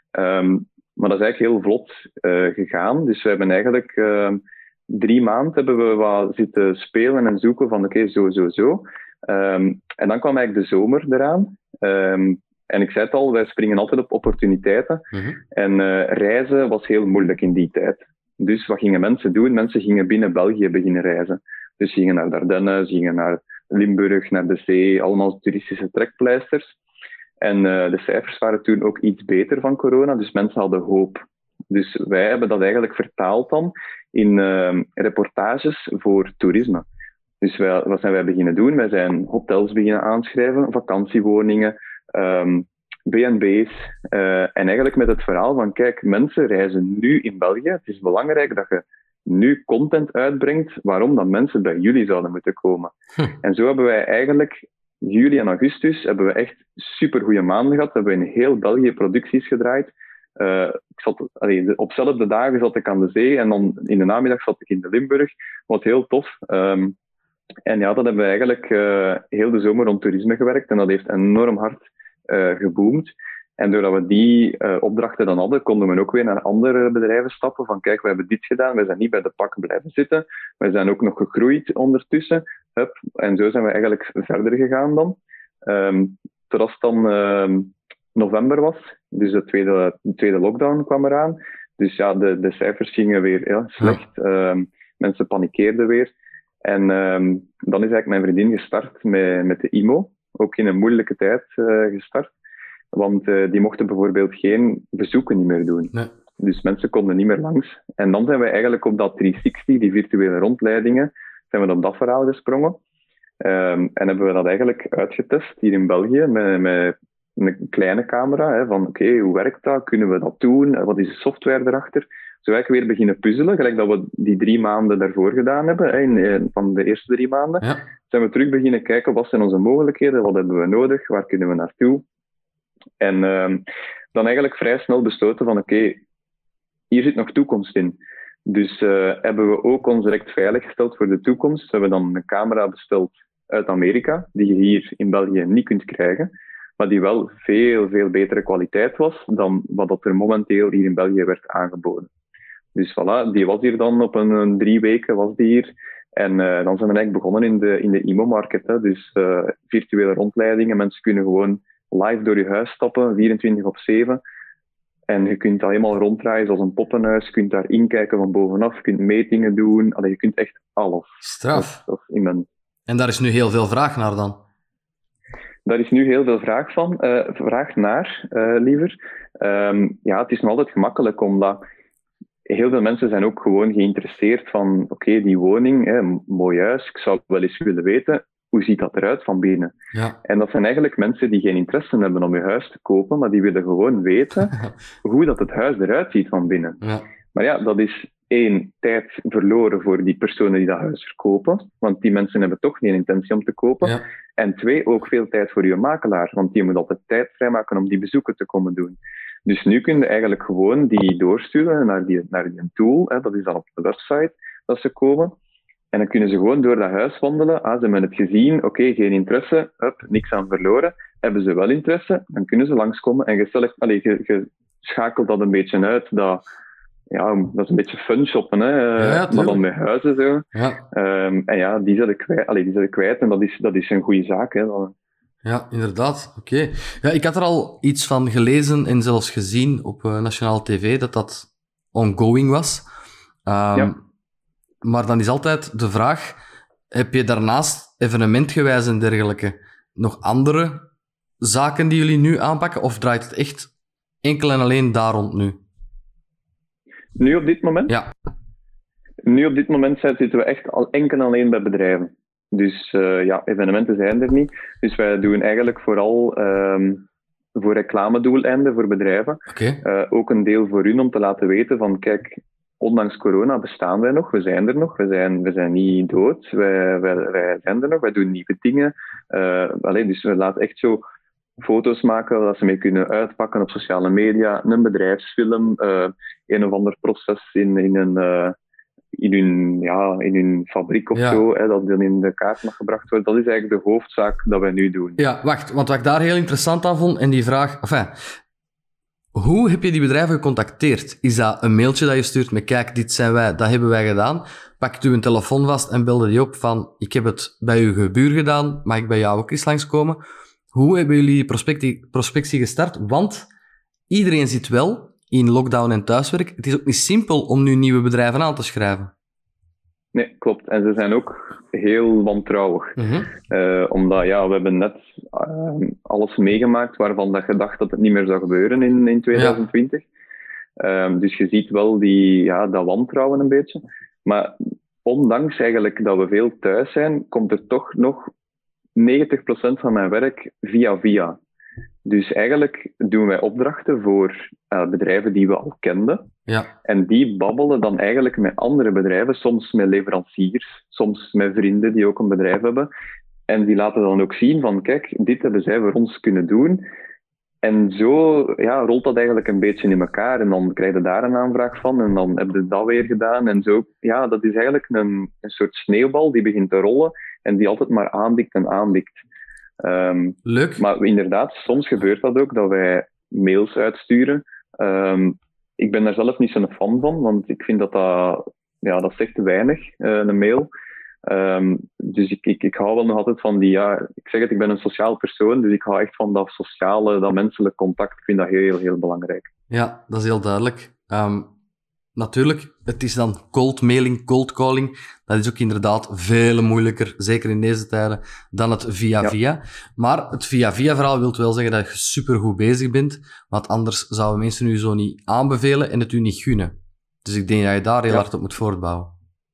Um, maar dat is eigenlijk heel vlot uh, gegaan. Dus we hebben eigenlijk uh, drie maanden hebben we wat zitten spelen en zoeken van oké, okay, zo, zo, zo. Um, en dan kwam eigenlijk de zomer eraan. Um, en ik zei het al, wij springen altijd op opportuniteiten. Mm-hmm. En uh, reizen was heel moeilijk in die tijd. Dus wat gingen mensen doen? Mensen gingen binnen België beginnen reizen. Dus ze gingen naar de Ardennen, ze gingen naar Limburg, naar de zee, allemaal toeristische trekpleisters. En uh, de cijfers waren toen ook iets beter van corona, dus mensen hadden hoop. Dus wij hebben dat eigenlijk vertaald dan in uh, reportages voor toerisme. Dus wij, wat zijn wij beginnen doen? Wij zijn hotels beginnen aanschrijven, vakantiewoningen, um, B en B's. Uh, en eigenlijk met het verhaal van, kijk, mensen reizen nu in België. Het is belangrijk dat je nu content uitbrengt waarom dat mensen bij jullie zouden moeten komen. Hm. En zo hebben wij eigenlijk, juli en augustus, hebben we echt supergoeie maanden gehad. Hebben we in heel België producties gedraaid. Uh, ik zat, allee, op dezelfde dagen zat ik aan de zee en dan in de namiddag zat ik in de Limburg. Wat heel tof. Um, En ja, dat hebben we eigenlijk uh, heel de zomer rond toerisme gewerkt en dat heeft enorm hard uh, geboomd. En doordat we die uh, opdrachten dan hadden, konden we ook weer naar andere bedrijven stappen van kijk, we hebben dit gedaan, we zijn niet bij de pakken blijven zitten, we zijn ook nog gegroeid ondertussen. Hup. En zo zijn we eigenlijk verder gegaan dan. Um, totdat het dan uh, november was, dus de tweede, de tweede lockdown kwam eraan. Dus ja, de, de cijfers gingen weer ja, slecht, ja. Um, mensen panikeerden weer. En um, dan is eigenlijk mijn vriendin gestart met, met de I M O, ook in een moeilijke tijd uh, gestart. Want uh, die mochten bijvoorbeeld geen bezoeken niet meer doen. Nee. Dus mensen konden niet meer langs. En dan zijn we eigenlijk op dat driehonderdzestig, die virtuele rondleidingen, zijn we op dat verhaal gesprongen. Um, en hebben we dat eigenlijk uitgetest hier in België met, met een kleine camera. Hè, van oké, okay, hoe werkt dat? Kunnen we dat doen? Wat is de software erachter? Zo eigenlijk weer beginnen puzzelen, gelijk dat we die drie maanden daarvoor gedaan hebben, hè, in, in, van de eerste drie maanden. Ja. Zijn we terug beginnen kijken, wat zijn onze mogelijkheden, wat hebben we nodig, waar kunnen we naartoe? En um, dan eigenlijk vrij snel besloten van, oké, okay, hier zit nog toekomst in. Dus uh, hebben we ook ons direct veiliggesteld voor de toekomst. We hebben dan een camera besteld uit Amerika, die je hier in België niet kunt krijgen, maar die wel veel, veel betere kwaliteit was dan wat er momenteel hier in België werd aangeboden. Dus voilà, die was hier dan op een, een drie weken, was die hier. En uh, dan zijn we eigenlijk begonnen in de, in de I M O-market. Hè. Dus uh, virtuele rondleidingen, mensen kunnen gewoon live door je huis stappen, vierentwintig op zeven. En je kunt dat helemaal ronddraaien zoals een poppenhuis. Je kunt daar inkijken van bovenaf, je kunt metingen doen. Allee, je kunt echt alles. Straf. Dat, dat is immens. En daar is nu heel veel vraag naar dan? Daar is nu heel veel vraag van. Uh, vraag naar, uh, liever. Um, ja, het is nog altijd gemakkelijk, omdat heel veel mensen zijn ook gewoon geïnteresseerd van oké, okay, die woning, hè, mooi huis, ik zou wel eens willen weten, hoe ziet dat eruit van binnen? Ja. En dat zijn eigenlijk mensen die geen interesse hebben om je huis te kopen, maar die willen gewoon weten hoe dat het huis eruit ziet van binnen. Ja. Maar ja, dat is één, tijd verloren voor die personen die dat huis verkopen, want die mensen hebben toch geen intentie om te kopen. Ja. En twee, ook veel tijd voor je makelaar, want die moet altijd tijd vrijmaken om die bezoeken te komen doen. Dus nu kun je eigenlijk gewoon die doorsturen naar die, naar die tool, hè, dat is dan op de website dat ze komen. En dan kunnen ze gewoon door dat huis wandelen. Ah, ze hebben het gezien, oké, okay, geen interesse, hup, niks aan verloren. Hebben ze wel interesse, dan kunnen ze langskomen. En je, select, allez, je, je schakelt dat een beetje uit, dat ja, dat is een beetje fun shoppen, hè, Ja, ja, maar dan met huizen zo. Ja. Um, en ja, die zijn kwijt, allee, die zijn kwijt en dat is, dat is een goede zaak. Hè. Ja, inderdaad. Oké. Okay. Ja, ik had er al iets van gelezen en zelfs gezien op uh, Nationale T V, dat dat ongoing was. Um, ja. Maar dan is altijd de vraag, heb je daarnaast evenementgewijs en dergelijke nog andere zaken die jullie nu aanpakken, of draait het echt enkel en alleen daar rond nu? Nu op dit moment? Ja. Nu op dit moment zitten we echt al enkel en alleen bij bedrijven. Dus uh, ja, evenementen zijn er niet. Dus wij doen eigenlijk vooral um, voor reclamedoeleinden voor bedrijven. Okay. Uh, ook een deel voor hun om te laten weten van kijk, ondanks corona bestaan wij nog, we zijn er nog, we zijn, we zijn niet dood, wij, wij, wij zijn er nog, wij doen nieuwe dingen. Uh, alleen, dus we laten echt zo foto's maken dat ze mee kunnen uitpakken op sociale media, een bedrijfsfilm, uh, een of ander proces in, in een... Uh, in hun, ja, in hun fabriek of ja. zo, hè, dat dan in de kaart mag gebracht worden. Dat is eigenlijk de hoofdzaak dat wij nu doen. Ja, wacht, want wat ik daar heel interessant aan vond, en die vraag... Enfin, hoe heb je die bedrijven gecontacteerd? Is dat een mailtje dat je stuurt met kijk, dit zijn wij, dat hebben wij gedaan? Pakt u een telefoon vast en belde die op van ik heb het bij uw gebuur gedaan, mag ik bij jou ook eens langskomen? Hoe hebben jullie die prospectie, prospectie gestart? Want iedereen zit wel in lockdown en thuiswerk. Het is ook niet simpel om nu nieuwe bedrijven aan te schrijven. Nee, klopt. En ze zijn ook heel wantrouwig. Mm-hmm. Uh, omdat, ja, we hebben net uh, alles meegemaakt waarvan dat je dacht dat het niet meer zou gebeuren in, in twintig twintig. Ja. Um, dus je ziet wel die, ja, dat wantrouwen een beetje. Maar ondanks eigenlijk dat we veel thuis zijn, komt er toch nog negentig procent van mijn werk via via. Dus eigenlijk doen wij opdrachten voor uh, bedrijven die we al kenden. Ja. En die babbelen dan eigenlijk met andere bedrijven, soms met leveranciers, soms met vrienden die ook een bedrijf hebben. En die laten dan ook zien van, kijk, dit hebben zij voor ons kunnen doen. En zo ja, rolt dat eigenlijk een beetje in elkaar. En dan krijg je daar een aanvraag van en dan heb je dat weer gedaan. En zo, ja, dat is eigenlijk een, een soort sneeuwbal die begint te rollen en die altijd maar aandikt en aandikt. Um, Leuk. Maar inderdaad, soms gebeurt dat ook, dat wij mails uitsturen. Um, ik ben daar zelf niet zo'n fan van, want ik vind dat dat, ja, dat zegt te weinig, uh, een mail. Um, dus ik, ik, ik hou wel nog altijd van die, ja, ik zeg het, ik ben een sociaal persoon, dus ik hou echt van dat sociale, dat menselijk contact. Ik vind dat heel, heel, heel belangrijk. Ja, dat is heel duidelijk. Um, natuurlijk, het is dan cold mailing, cold calling. Dat is ook inderdaad veel moeilijker, zeker in deze tijden, dan het via-via. Ja. Maar het via-via-verhaal wil wel zeggen dat je supergoed bezig bent, want anders zouden mensen u zo niet aanbevelen en het u niet gunnen. Dus ik denk dat je daar heel ja. hard op moet voortbouwen.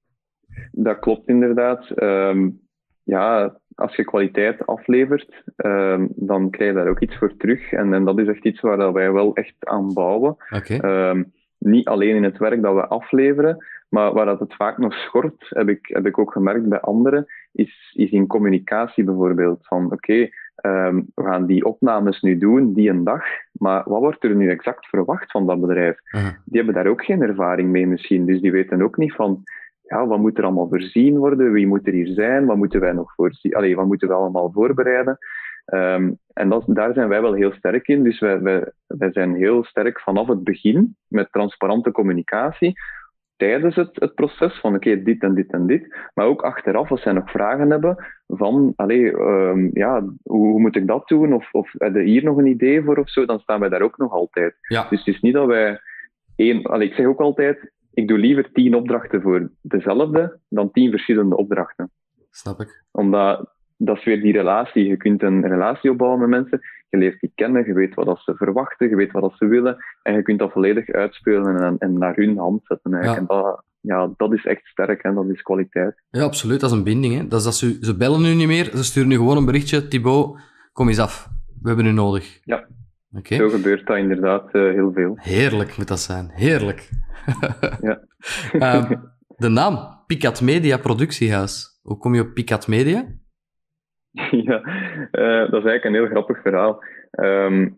Dat klopt inderdaad. Um, ja, als je kwaliteit aflevert, um, dan krijg je daar ook iets voor terug. En, en dat is echt iets waar dat wij wel echt aan bouwen. Okay. Um, niet alleen in het werk dat we afleveren, maar waar dat het vaak nog schort, heb ik, heb ik ook gemerkt bij anderen, is, is in communicatie bijvoorbeeld. Van oké, okay, um, we gaan die opnames nu doen, die een dag, maar wat wordt er nu exact verwacht van dat bedrijf? Uh-huh. Die hebben daar ook geen ervaring mee misschien, dus die weten ook niet van ja, wat moet er allemaal voorzien worden, wie moet er hier zijn, wat moeten wij nog voorzien, allee, wat moeten we allemaal voorbereiden? Um, en dat, daar zijn wij wel heel sterk in. Dus wij, wij, wij zijn heel sterk vanaf het begin met transparante communicatie tijdens het, het proces van oké, okay, dit en dit en dit. Maar ook achteraf, als zij nog vragen hebben van allee, um, ja, hoe, hoe moet ik dat doen? Of, of heb je hier nog een idee voor of zo? Dan staan wij daar ook nog altijd. Ja. Dus het is niet dat wij één... Allee, ik zeg ook altijd, ik doe liever tien opdrachten voor dezelfde dan tien verschillende opdrachten. Snap ik. Omdat... Dat is weer die relatie. Je kunt een relatie opbouwen met mensen. Je leert die kennen, je weet wat dat ze verwachten, je weet wat dat ze willen. En je kunt dat volledig uitspelen en, en naar hun hand zetten. Ja. En dat, ja, dat is echt sterk en dat is kwaliteit. Ja, absoluut. Dat is een binding. Hè. Dat is dat ze, ze bellen nu niet meer, ze sturen nu gewoon een berichtje. Thibaut, kom eens af. We hebben u nodig. Ja, okay. Zo gebeurt dat inderdaad uh, heel veel. Heerlijk moet dat zijn. Heerlijk. Ja. uh, de naam, Picat Media Productiehuis. Hoe kom je op Picat Media? Ja, uh, dat is eigenlijk een heel grappig verhaal. Um,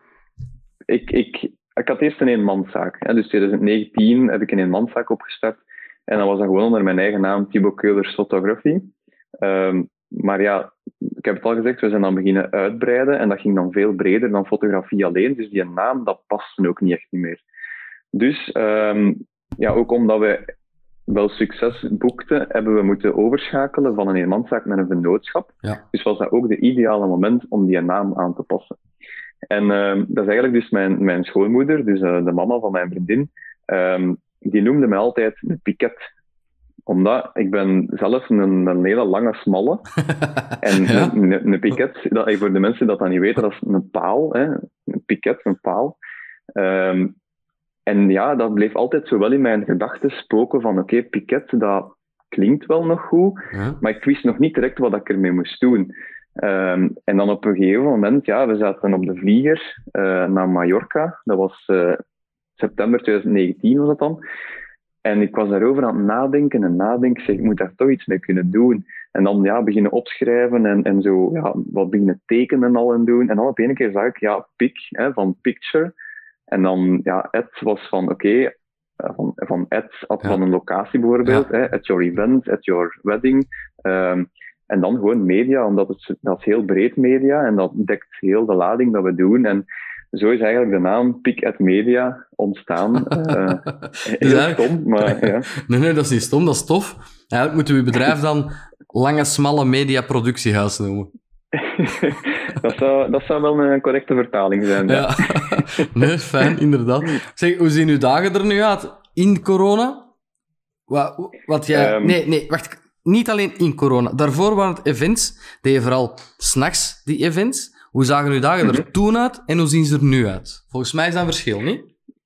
ik, ik, ik had eerst een eenmanszaak. Hè. Dus twintig negentien heb ik een eenmanszaak opgestart. En dan was dat gewoon onder mijn eigen naam, Thibaut Keulers Photography. Um, maar ja, ik heb het al gezegd, we zijn dan beginnen uitbreiden. En dat ging dan veel breder dan fotografie alleen. Dus die naam, dat paste ook niet echt niet meer. Dus um, ja, ook omdat we wel succes boekten, hebben we moeten overschakelen van een eenmanszaak naar een vennootschap. Ja. Dus was dat ook de ideale moment om die naam aan te passen. En um, dat is eigenlijk dus mijn, mijn schoonmoeder, dus uh, de mama van mijn vriendin, um, die noemde mij altijd de Piket. Omdat ik ben zelf een, een hele lange, smalle. En ja? een, een, een Piket, dat, voor de mensen dat dat niet weten, dat is een paal. Hè? Een Piket, een paal. Um, en ja, dat bleef altijd zo wel in mijn gedachten spoken van oké, okay, Piket, dat klinkt wel nog goed, ja? Maar ik wist nog niet direct wat ik ermee moest doen. Um, en dan op een gegeven moment, ja, we zaten op de vlieger uh, naar Mallorca. Dat was uh, september twintig negentien was dat dan. En ik was daarover aan het nadenken en nadenken. Zeg, ik moet daar toch iets mee kunnen doen. En dan ja, beginnen opschrijven en, en zo, ja, wat beginnen tekenen en al en doen. En dan op een keer zag ik, ja, pic, hè, van picture. En dan, ja, at was van, oké, okay, van, van at, at ja. van een locatie bijvoorbeeld. Ja. Hè, at your event, at your wedding. Um, en dan gewoon media, omdat het, dat is heel breed media. En dat dekt heel de lading dat we doen. En zo is eigenlijk de naam Pic at Media ontstaan. Uh, heel dus stom, maar ja. Nee, nee, dat is niet stom, dat is tof. Eigenlijk moeten we uw bedrijf dan Lange Smalle Media Productiehuis noemen. dat, zou, dat zou wel een correcte vertaling zijn. Ja. Nee, fijn, inderdaad. Zeg, hoe zien uw dagen er nu uit in corona? Wat, wat jij... Um, nee, nee, wacht. Niet alleen in corona. Daarvoor waren het events. Deed je vooral 's nachts die events. Hoe zagen uw dagen er toen uit en hoe zien ze er nu uit? Volgens mij is dat een verschil, niet?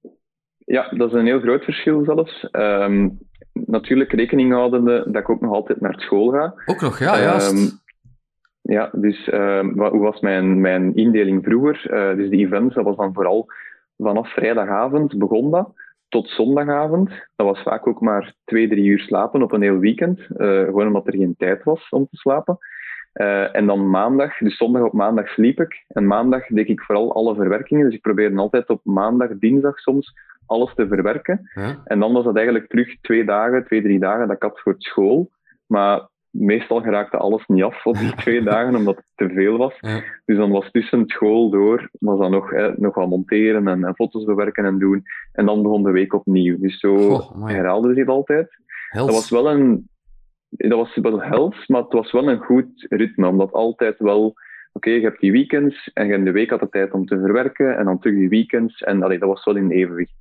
Ja, dat is een heel groot verschil zelfs. Um, natuurlijk rekening houdende dat ik ook nog altijd naar school ga. Ook nog, ja, juist. Um, ja, dus um, wat, hoe was mijn, mijn indeling vroeger? Uh, dus die events, dat was dan vooral vanaf vrijdagavond begon dat, tot zondagavond. Dat was vaak ook maar twee, drie uur slapen op een heel weekend. Uh, gewoon omdat er geen tijd was om te slapen. Uh, en dan maandag, dus zondag op maandag sliep ik. En maandag deed ik vooral alle verwerkingen. Dus ik probeerde altijd op maandag, dinsdag soms alles te verwerken. Huh? En dan was dat eigenlijk terug twee dagen, twee, drie dagen dat ik had voor school. Maar meestal geraakte alles niet af op die twee dagen, omdat het te veel was. Huh? Dus dan was tussen school door, was dan nog, eh, nog wat monteren en, en foto's bewerken en doen. En dan begon de week opnieuw. Dus zo oh, herhaalde zich altijd. Hels. Dat was wel een... Dat was wel hels, maar het was wel een goed ritme, omdat altijd wel... Oké, okay, je hebt die weekends en je in de week had de tijd om te verwerken en dan terug die weekends. En allee, dat was wel in evenwicht.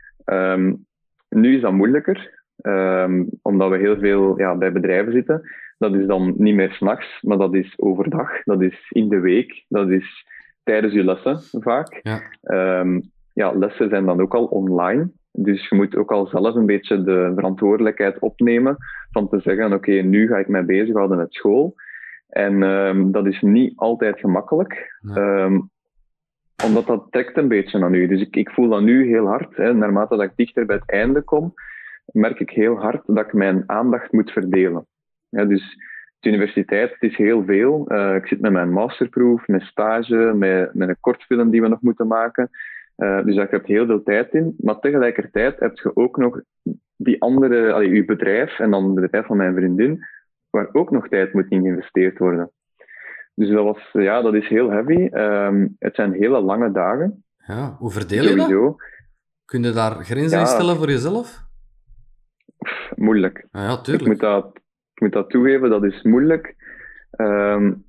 Um, nu is dat moeilijker, um, omdat we heel veel ja, bij bedrijven zitten. Dat is dan niet meer 's nachts, maar dat is overdag. Dat is in de week. Dat is tijdens je lessen vaak. Ja. Um, ja, lessen zijn dan ook al online. Dus je moet ook al zelf een beetje de verantwoordelijkheid opnemen van te zeggen, oké, okay, nu ga ik mij bezighouden met school. En um, dat is niet altijd gemakkelijk, nee. um, omdat dat trekt een beetje aan u. Dus ik, ik voel dat nu heel hard. Hè. Naarmate dat ik dichter bij het einde kom, merk ik heel hard dat ik mijn aandacht moet verdelen. Ja, dus de universiteit, het is heel veel. Uh, ik zit met mijn masterproef, met stage, met, met een kortfilm die we nog moeten maken. Uh, dus daar heb je heel veel tijd in. Maar tegelijkertijd heb je ook nog die andere, allee, je bedrijf en dan het bedrijf van mijn vriendin, waar ook nog tijd moet in geïnvesteerd worden. Dus dat, was, ja, dat is heel heavy. Um, het zijn hele lange dagen. Ja, hoe verdeel je Sowieso. dat? Kun je daar grenzen ja, in stellen voor jezelf? Pff, moeilijk. Ah, ja, tuurlijk. Ik moet, dat, ik moet dat toegeven, dat is moeilijk. Um,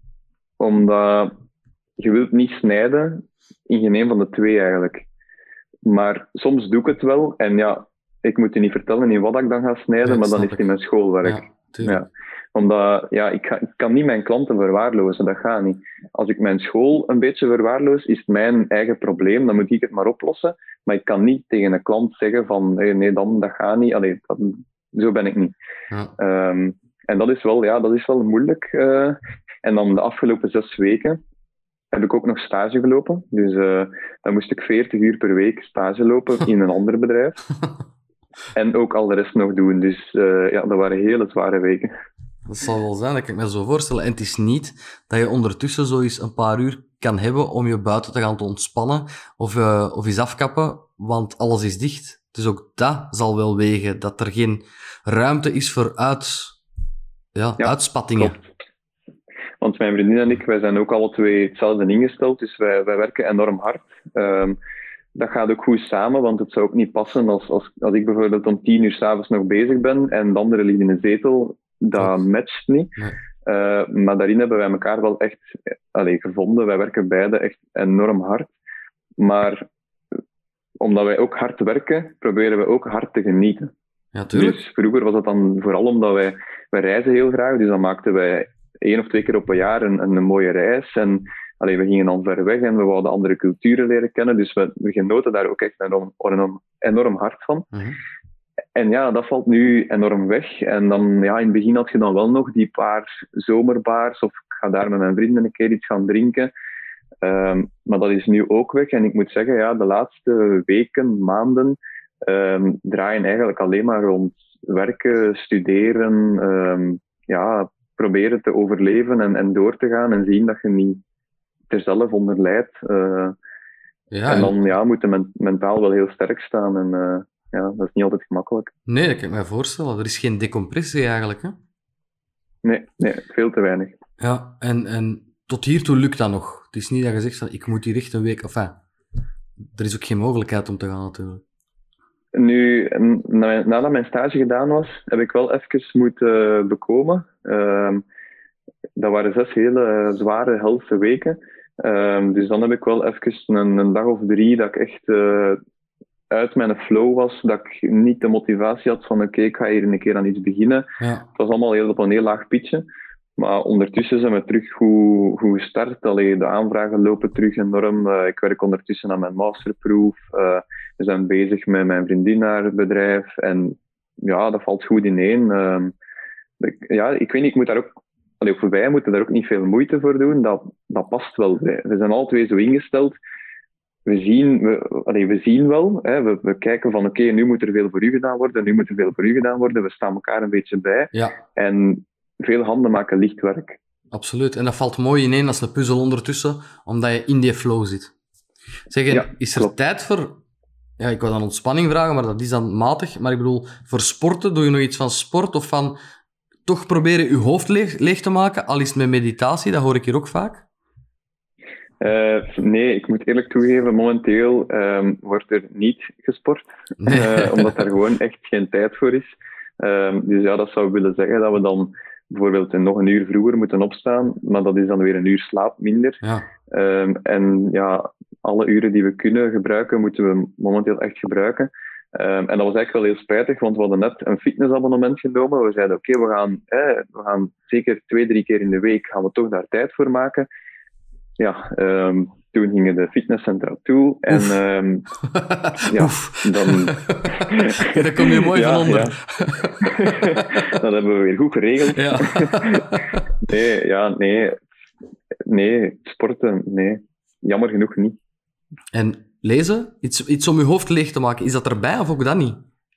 omdat je wilt niet snijden in geen een van de twee eigenlijk. Maar soms doe ik het wel. En ja, ik moet je niet vertellen in wat ik dan ga snijden, ja, maar dan is het in mijn schoolwerk. Ja, ja. Omdat, ja, ik, ga, ik kan niet mijn klanten verwaarlozen, dat gaat niet. Als ik mijn school een beetje verwaarloos, is het mijn eigen probleem, dan moet ik het maar oplossen. Maar ik kan niet tegen een klant zeggen van, nee, nee dan, dat gaat niet. Allee, dat, zo ben ik niet. Ja. Um, en dat is wel, ja, dat is wel moeilijk. Uh, en dan de afgelopen zes weken heb ik ook nog stage gelopen. Dus uh, dan moest ik veertig uur per week stage lopen in een ander bedrijf. En ook al de rest nog doen. Dus uh, ja, dat waren hele zware weken. Dat zal wel zijn, dat kan ik me zo voorstellen. En het is niet dat je ondertussen zo eens een paar uur kan hebben om je buiten te gaan te ontspannen of, uh, of eens afkappen, want alles is dicht. Dus ook dat zal wel wegen, dat er geen ruimte is voor uit, ja, ja, uitspattingen. Klopt. Want mijn vriendin en ik, wij zijn ook alle twee hetzelfde ingesteld, dus wij, wij werken enorm hard. Um, dat gaat ook goed samen, want het zou ook niet passen als, als, als ik bijvoorbeeld om tien uur 's avonds nog bezig ben en de andere ligt in een zetel. Dat matcht niet. Nee. Uh, maar daarin hebben wij elkaar wel echt allee, gevonden. Wij werken beide echt enorm hard. Maar omdat wij ook hard werken, proberen we ook hard te genieten. Ja, tuurlijk. Dus vroeger was dat dan vooral omdat wij, wij reizen heel graag. Dus dan maakten wij één of twee keer op een jaar een, een mooie reis. En allee, we gingen dan ver weg en we wilden andere culturen leren kennen. Dus we, we genoten daar ook echt enorm, enorm, enorm hard van. Mm-hmm. En ja, dat valt nu enorm weg. En dan, ja, in het begin had je dan wel nog die paar zomerbaars. Of ik ga daar met mijn vrienden een keer iets gaan drinken. Um, maar dat is nu ook weg. En ik moet zeggen, ja, de laatste weken, maanden, um, draaien eigenlijk alleen maar rond werken, studeren, um, ja, proberen te overleven en, en door te gaan en zien dat je niet er zelf onder lijdt. Uh, ja, en dan ja, moet je men, mentaal wel heel sterk staan. En uh, ja, dat is niet altijd gemakkelijk. Nee, dat kan ik me voorstellen. Er is geen decompressie eigenlijk, hè? Nee, nee, veel te weinig. Ja, en... en... Tot hiertoe lukt dat nog. Het is niet dat je zegt, van, ik moet hier echt een week... Enfin, er is ook geen mogelijkheid om te gaan, natuurlijk. Nu, na, nadat mijn stage gedaan was, heb ik wel even moeten bekomen. Uh, dat waren zes hele zware, helse weken. Uh, dus dan heb ik wel even een, een dag of drie dat ik echt uh, uit mijn flow was. Dat ik niet de motivatie had van, oké, okay, ik ga hier een keer aan iets beginnen. Ja. Het was allemaal heel, op een heel laag pitje. Maar ondertussen zijn we terug goed, goed gestart. Allee, de aanvragen lopen terug enorm. Uh, ik werk ondertussen aan mijn masterproef. Uh, we zijn bezig met mijn vriendin haar bedrijf. En ja, dat valt goed ineen. Uh, ik, ja, ik weet niet, ik moet daar ook... Allee, of wij moeten daar ook niet veel moeite voor doen. Dat, dat past wel. We zijn alle twee zo ingesteld. We zien, we, allee, we zien wel. Hè, we, we kijken van, oké, okay, nu moet er veel voor u gedaan worden. Nu moet er veel voor u gedaan worden. We staan elkaar een beetje bij. Ja. En... veel handen maken licht werk. Absoluut. En dat valt mooi ineen als een puzzel ondertussen, omdat je in die flow zit. Zeg, ja, is er klopt. tijd voor... Ja, ik wou dan ontspanning vragen, maar dat is dan matig. Maar ik bedoel, voor sporten, doe je nog iets van sport? Of van toch proberen je hoofd leeg, leeg te maken? Al is het met meditatie, dat hoor ik hier ook vaak. Uh, nee, ik moet eerlijk toegeven, momenteel um, wordt er niet gesport. Nee. Uh, omdat daar gewoon echt geen tijd voor is. Um, dus ja, dat zou willen zeggen dat we dan... bijvoorbeeld nog een uur vroeger moeten opstaan, maar dat is dan weer een uur slaap minder. Ja. Um, en ja, alle uren die we kunnen gebruiken, moeten we momenteel echt gebruiken. Um, en dat was eigenlijk wel heel spijtig, want we hadden net een fitnessabonnement genomen. We zeiden, oké, okay, we gaan, eh, we gaan zeker twee, drie keer in de week gaan we toch daar tijd voor maken. Ja, um, toen gingen de fitnesscentra toe. En um, ja, dan... ja, daar kom je mooi ja, van onder. Ja. Dat hebben we weer goed geregeld. Ja. nee, ja, nee. Nee, sporten, nee. Jammer genoeg niet. En lezen? Iets, iets om je hoofd leeg te maken, is dat erbij of ook dat niet?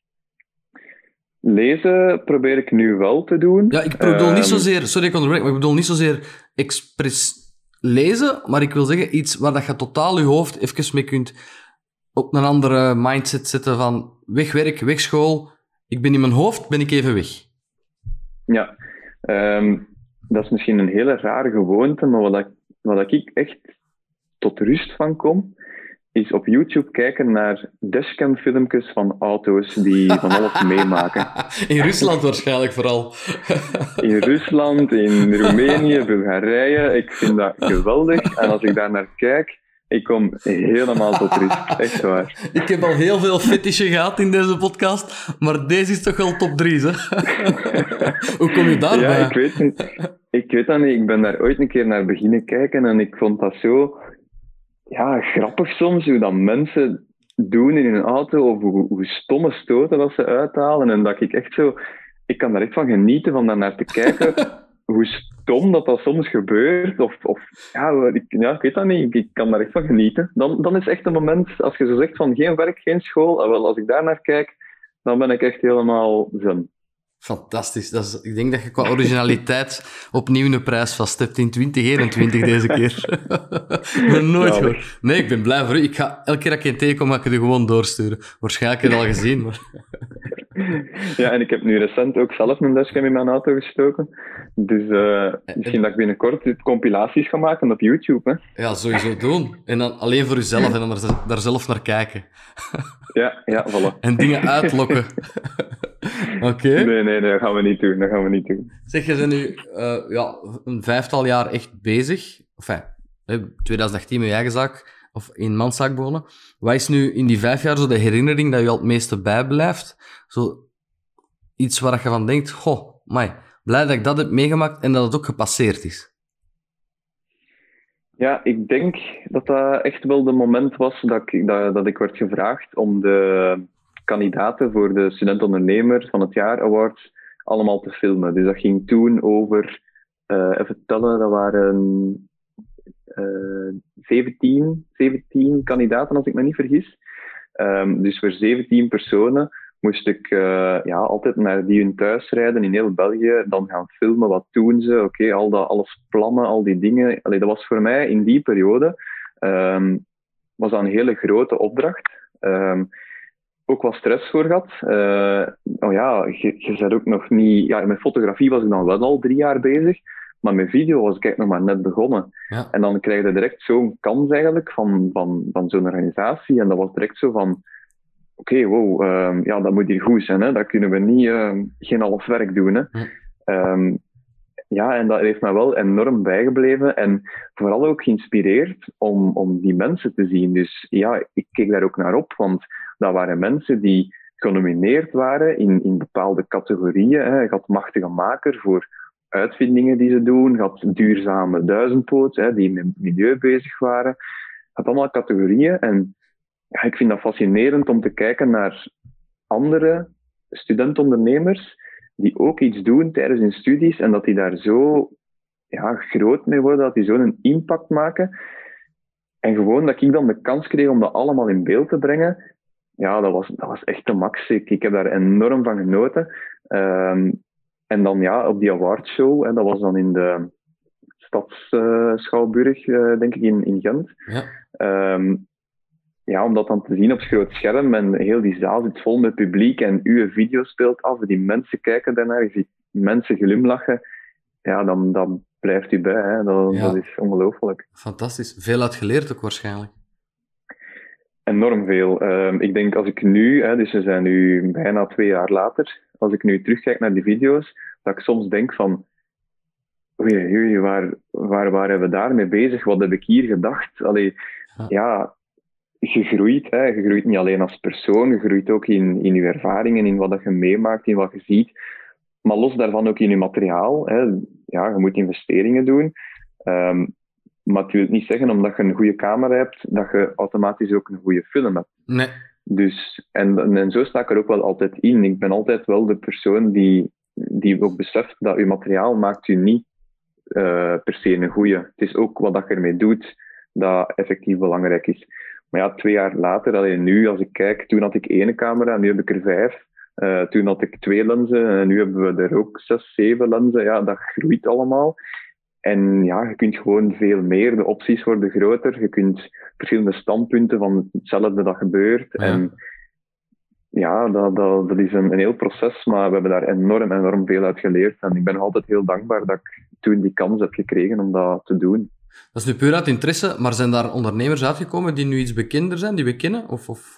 Lezen probeer ik nu wel te doen. Ja, ik bedoel um, niet zozeer... Sorry, ik onderbreek, maar ik bedoel niet zozeer expres... lezen, maar ik wil zeggen iets waar dat je totaal je hoofd even mee kunt op een andere mindset zetten van weg werk, weg school, ik ben in mijn hoofd, ben ik even weg. Ja, um, dat is misschien een hele rare gewoonte, maar wat, ik, wat ik echt tot rust van kom, is op YouTube kijken naar dashcam-filmpjes van auto's die van alles meemaken. In Rusland waarschijnlijk vooral. In Rusland, in Roemenië, Bulgarije. Ik vind dat geweldig. En als ik daar naar kijk, ik kom helemaal tot rust. Echt waar. Ik heb al heel veel fetishen gehad in deze podcast, maar deze is toch wel top drie, hè? Hoe kom je daarbij? Ja, ik weet niet. Ik weet dat niet. Ik ben daar ooit een keer naar beginnen kijken en ik vond dat zo... Ja, grappig soms, hoe dat mensen doen in een auto, of hoe, hoe stomme stoten dat ze uithalen. En dat ik echt zo... Ik kan daar echt van genieten, van daar naar te kijken, hoe stom dat dat soms gebeurt. Of, of ja, ik, ja, ik weet dat niet. Ik, ik kan daar echt van genieten. Dan, dan is echt een moment, als je zo zegt van geen werk, geen school, wel, als ik daar naar kijk, dan ben ik echt helemaal zen. Fantastisch. Dat is, ik denk dat je qua originaliteit opnieuw een prijs vast hebt in twintig eenentwintig deze keer. Ik ben nooit gehoord. Nee, ik ben blij voor u. Ik ga, elke keer dat ik je tegenkom, ga ik je gewoon doorsturen. Waarschijnlijk heb je het al gezien, maar... Ja, en ik heb nu recent ook zelf een dashcam in mijn auto gestoken. Dus uh, misschien dat ik binnenkort compilaties ga maken op YouTube. Hè? Ja, sowieso doen. En dan alleen voor jezelf en dan er, daar zelf naar kijken. Ja, ja, voilà. En dingen uitlokken. Oké. Okay. Nee, nee, nee, dat gaan we niet doen. Dat gaan we niet doen. Zeg, je bent nu uh, ja, een vijftal jaar echt bezig. Enfin, twintig achttien met je eigen zaak, of in manszaak begonnen. Wat is nu in die vijf jaar zo de herinnering dat je al het meeste bijblijft? Zo iets waar je van denkt, goh, amai, blij dat ik dat heb meegemaakt en dat het ook gepasseerd is. Ja, ik denk dat dat echt wel de moment was dat ik, dat, dat ik werd gevraagd om de kandidaten voor de Student-Ondernemer van het Jaar Awards allemaal te filmen. Dus dat ging toen over, uh, even tellen, dat waren uh, zeventien, zeventien kandidaten als ik me niet vergis. Um, dus voor zeventien personen moest ik uh, ja, altijd naar die hun thuis rijden in heel België, dan gaan filmen, wat doen ze, oké, okay, al dat, alles plannen, al die dingen. Allee, dat was voor mij in die periode um, was dat een hele grote opdracht. Um, ook wat stress voor gehad. Uh, oh ja, je, je bent ook nog niet... Ja, met fotografie was ik dan wel al drie jaar bezig, maar met video was ik eigenlijk nog maar net begonnen. Ja. En dan krijg je direct zo'n kans eigenlijk van, van, van zo'n organisatie, en dat was direct zo van... Oké, okay, wow, um, ja, dat moet hier goed zijn, hè. Dat kunnen we niet, um, geen half werk doen, hè. Hm. Um, ja, en dat heeft mij wel enorm bijgebleven en vooral ook geïnspireerd om, om die mensen te zien. Dus ja, ik keek daar ook naar op, want dat waren mensen die genomineerd waren in, in bepaalde categorieën, hè. Je had machtige maker voor uitvindingen die ze doen, je had duurzame duizendpoot, hè, die met milieu bezig waren. Je had allemaal categorieën en ja, ik vind dat fascinerend om te kijken naar andere studentondernemers die ook iets doen tijdens hun studies en dat die daar zo ja, groot mee worden, dat die zo'n impact maken. En gewoon dat ik dan de kans kreeg om dat allemaal in beeld te brengen, ja, dat was, dat was echt de max. Ik, ik heb daar enorm van genoten. Um, en dan ja, op die awardshow, hè, dat was dan in de Stadsschouwburg, uh, uh, denk ik, in, in Gent. Ja. Um, Ja, om dat dan te zien op groot scherm en heel die zaal zit vol met publiek en uw video speelt af, die mensen kijken daarnaar, je ziet mensen glimlachen, ja, dan, dan blijft u bij, hè. Dat, Ja. dat is ongelooflijk. Fantastisch. Veel uit geleerd ook waarschijnlijk. Enorm veel. Um, ik denk als ik nu, hè, dus we zijn nu bijna twee jaar later, als ik nu terugkijk naar die video's, dat ik soms denk van, oei, oei, waar, waar waren we daarmee bezig? Wat heb ik hier gedacht? Allee, ja... ja Je groeit, hè. Je groeit niet alleen als persoon, je groeit ook in, in je ervaringen, in wat je meemaakt, in wat je ziet. Maar los daarvan ook in je materiaal. Hè. Ja, je moet investeringen doen. Um, maar het wil niet zeggen, omdat je een goede camera hebt, dat je automatisch ook een goede film hebt. Nee. Dus, en, en zo sta ik er ook wel altijd in. Ik ben altijd wel de persoon die, die ook beseft dat je materiaal maakt je niet uh, per se een goede. Het is ook wat je ermee doet dat effectief belangrijk is. Maar ja, twee jaar later, alleen nu, als ik kijk, toen had ik één camera, nu heb ik er vijf. Uh, toen had ik twee lenzen en nu hebben we er ook zes, zeven lenzen. Ja, dat groeit allemaal. En ja, je kunt gewoon veel meer. De opties worden groter. Je kunt verschillende standpunten van hetzelfde dat gebeurt. Ja. En ja, dat, dat, dat is een, een heel proces, maar we hebben daar enorm, enorm veel uit geleerd. En ik ben altijd heel dankbaar dat ik toen die kans heb gekregen om dat te doen. Dat is nu puur uit interesse, maar zijn daar ondernemers uitgekomen die nu iets bekender zijn, die we kennen? Of, of...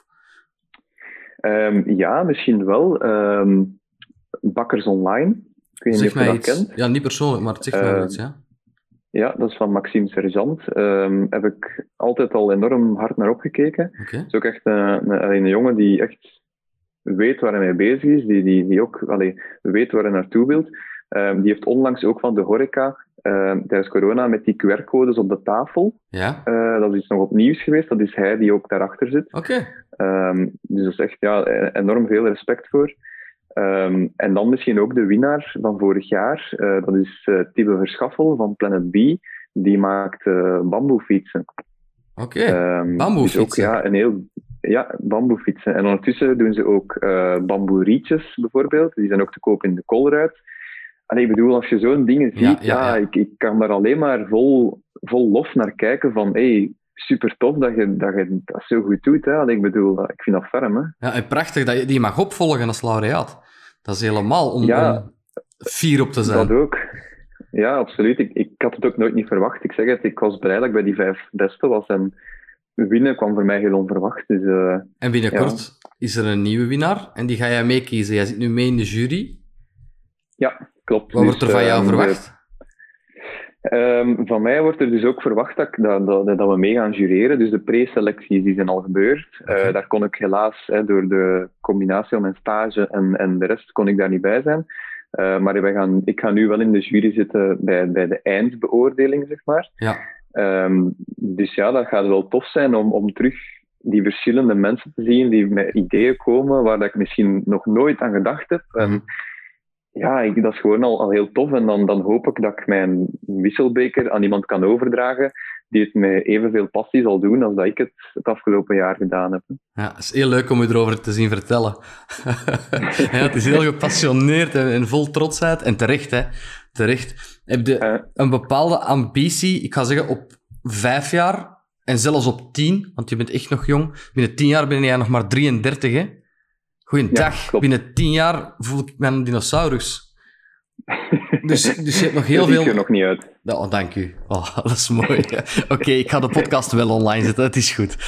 Um, ja, misschien wel. Um, Bakkers Online. Ik weet niet zeg of je mij dat iets. kent. Ja, niet persoonlijk, maar het zegt uh, mij iets, ja. Ja, dat is van Maxime Sergeant. Um, heb ik altijd al enorm hard naar opgekeken. Okay. Het is ook echt een, een, een jongen die echt weet waar hij mee bezig is, die, die, die ook allee, weet waar hij naartoe wil. Um, die heeft onlangs ook van de horeca, uh, tijdens corona, met die Q R-codes op de tafel. Ja. Uh, dat is nog op nieuws geweest. Dat is hij die ook daarachter zit. Oké. Okay. Um, dus dat is echt ja, enorm veel respect voor. Um, en dan misschien ook de winnaar van vorig jaar. Uh, dat is uh, Tibbe Verschaffel van Planet B. Die maakt uh, bamboefietsen. Oké, okay. um, bamboefietsen. Dus ook ja, een heel... Ja, bamboefietsen. En ondertussen doen ze ook uh, bamboerietjes bijvoorbeeld. Die zijn ook te koop in de Colruyt. Allee, ik bedoel, als je zo'n dingen ziet, ja, ja, ja. ja ik, ik kan daar alleen maar vol, vol lof naar kijken van, hey, super tof dat je, dat je dat zo goed doet. Hè. Allee, ik bedoel, ik vind dat ferm. Hè. Ja, en prachtig dat je die mag opvolgen als laureaat. Dat is helemaal om, ja, om fier op te zijn. Dat ook. Ja, absoluut. Ik, ik had het ook nooit niet verwacht. Ik zeg het, ik was blij dat ik bij die vijf beste was. En winnen kwam voor mij heel onverwacht. Dus, uh, en binnenkort ja. is er een nieuwe winnaar. En die ga jij meekiezen. Jij zit nu mee in de jury. Ja, klopt. Wat dus, wordt er van jou uh, verwacht? Um, van mij wordt er dus ook verwacht dat, dat, dat, dat we mee gaan jureren. Dus de preselecties die zijn al gebeurd. Okay. Uh, daar kon ik helaas, hè, door de combinatie van mijn stage en, en de rest, kon ik daar niet bij zijn. Uh, maar wij gaan, ik ga nu wel in de jury zitten bij, bij de eindbeoordeling, zeg maar. Ja. Um, dus ja, dat gaat wel tof zijn om, om terug die verschillende mensen te zien die met ideeën komen waar dat ik misschien nog nooit aan gedacht heb. Mm. En, ja, ik, dat is gewoon al, al heel tof. En dan, dan hoop ik dat ik mijn wisselbeker aan iemand kan overdragen die het met evenveel passie zal doen als dat ik het het afgelopen jaar gedaan heb. Ja, het is heel leuk om u erover te zien vertellen. Ja, het is heel gepassioneerd en, en vol trotsheid. En terecht, hè. Terecht. Heb je uh, een bepaalde ambitie, ik ga zeggen op vijf jaar en zelfs op tien, want je bent echt nog jong. Binnen tien jaar ben jij nog maar drieëndertig, hè. Goeiedag. Ja, binnen tien jaar voel ik me een dinosaurus. Dus, dus je hebt nog heel dat veel... Dat ziet er nog niet uit. Oh, dank u. Oh, dat is mooi. Oké, okay, ik ga de podcast wel online zetten. Het is goed.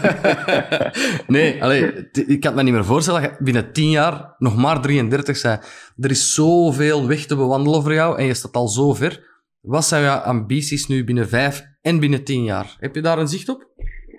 Nee, allee, ik kan het me niet meer voorstellen dat je binnen tien jaar nog maar drieëndertig bent. Er is zoveel weg te bewandelen voor jou en je staat al zo ver. Wat zijn jouw ambities nu binnen vijf en binnen tien jaar? Heb je daar een zicht op?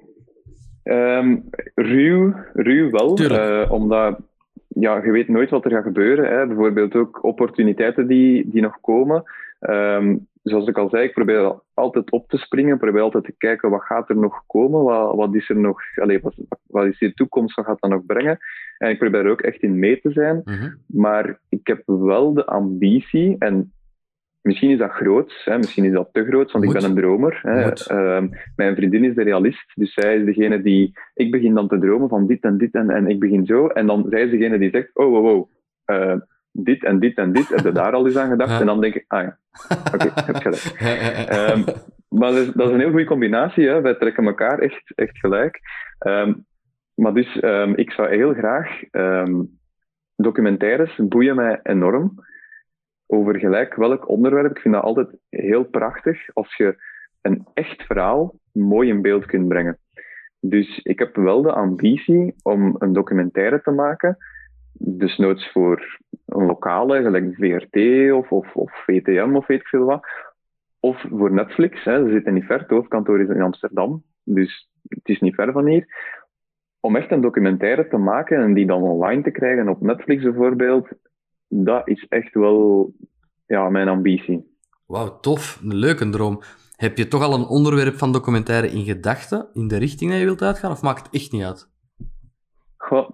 Um, ruw, ruw wel. Uh, omdat... Ja, je weet nooit wat er gaat gebeuren. Hè. Bijvoorbeeld ook opportuniteiten die, die nog komen. Um, zoals ik al zei, ik probeer altijd op te springen. Ik probeer altijd te kijken, wat gaat er nog komen? Wat, wat is er nog... Allez, wat, wat is de toekomst? Wat gaat dat nog brengen? En ik probeer er ook echt in mee te zijn. Mm-hmm. Maar ik heb wel de ambitie... En misschien is dat groots, hè. Misschien is dat te groot, want Moet. ik ben een dromer. Hè. Uh, mijn vriendin is de realist, dus zij is degene die... Ik begin dan te dromen van dit en dit en, en ik begin zo. En dan zij is degene die zegt, oh, wow, wow, uh, dit en dit en dit, heb je daar al eens aan gedacht? Ja. En dan denk ik, ah ja, oké, okay, heb gelijk. Um, maar dat is, dat is een heel goede combinatie, hè. Wij trekken elkaar echt, echt gelijk. Um, maar dus, um, ik zou heel graag... Um, documentaires boeien mij enorm. Over gelijk welk onderwerp. Ik vind dat altijd heel prachtig als je een echt verhaal mooi in beeld kunt brengen. Dus ik heb wel de ambitie om een documentaire te maken, dus noods voor een lokale, gelijk V R T of, of, of V T M of weet ik veel wat, of voor Netflix. Hè. Ze zitten niet ver, het hoofdkantoor is in Amsterdam, dus het is niet ver van hier. Om echt een documentaire te maken en die dan online te krijgen op Netflix bijvoorbeeld, dat is echt wel ja, mijn ambitie. Wauw, tof. Een leuke droom. Heb je toch al een onderwerp van documentaire in gedachten, in de richting dat je wilt uitgaan, of maakt het echt niet uit? Goh,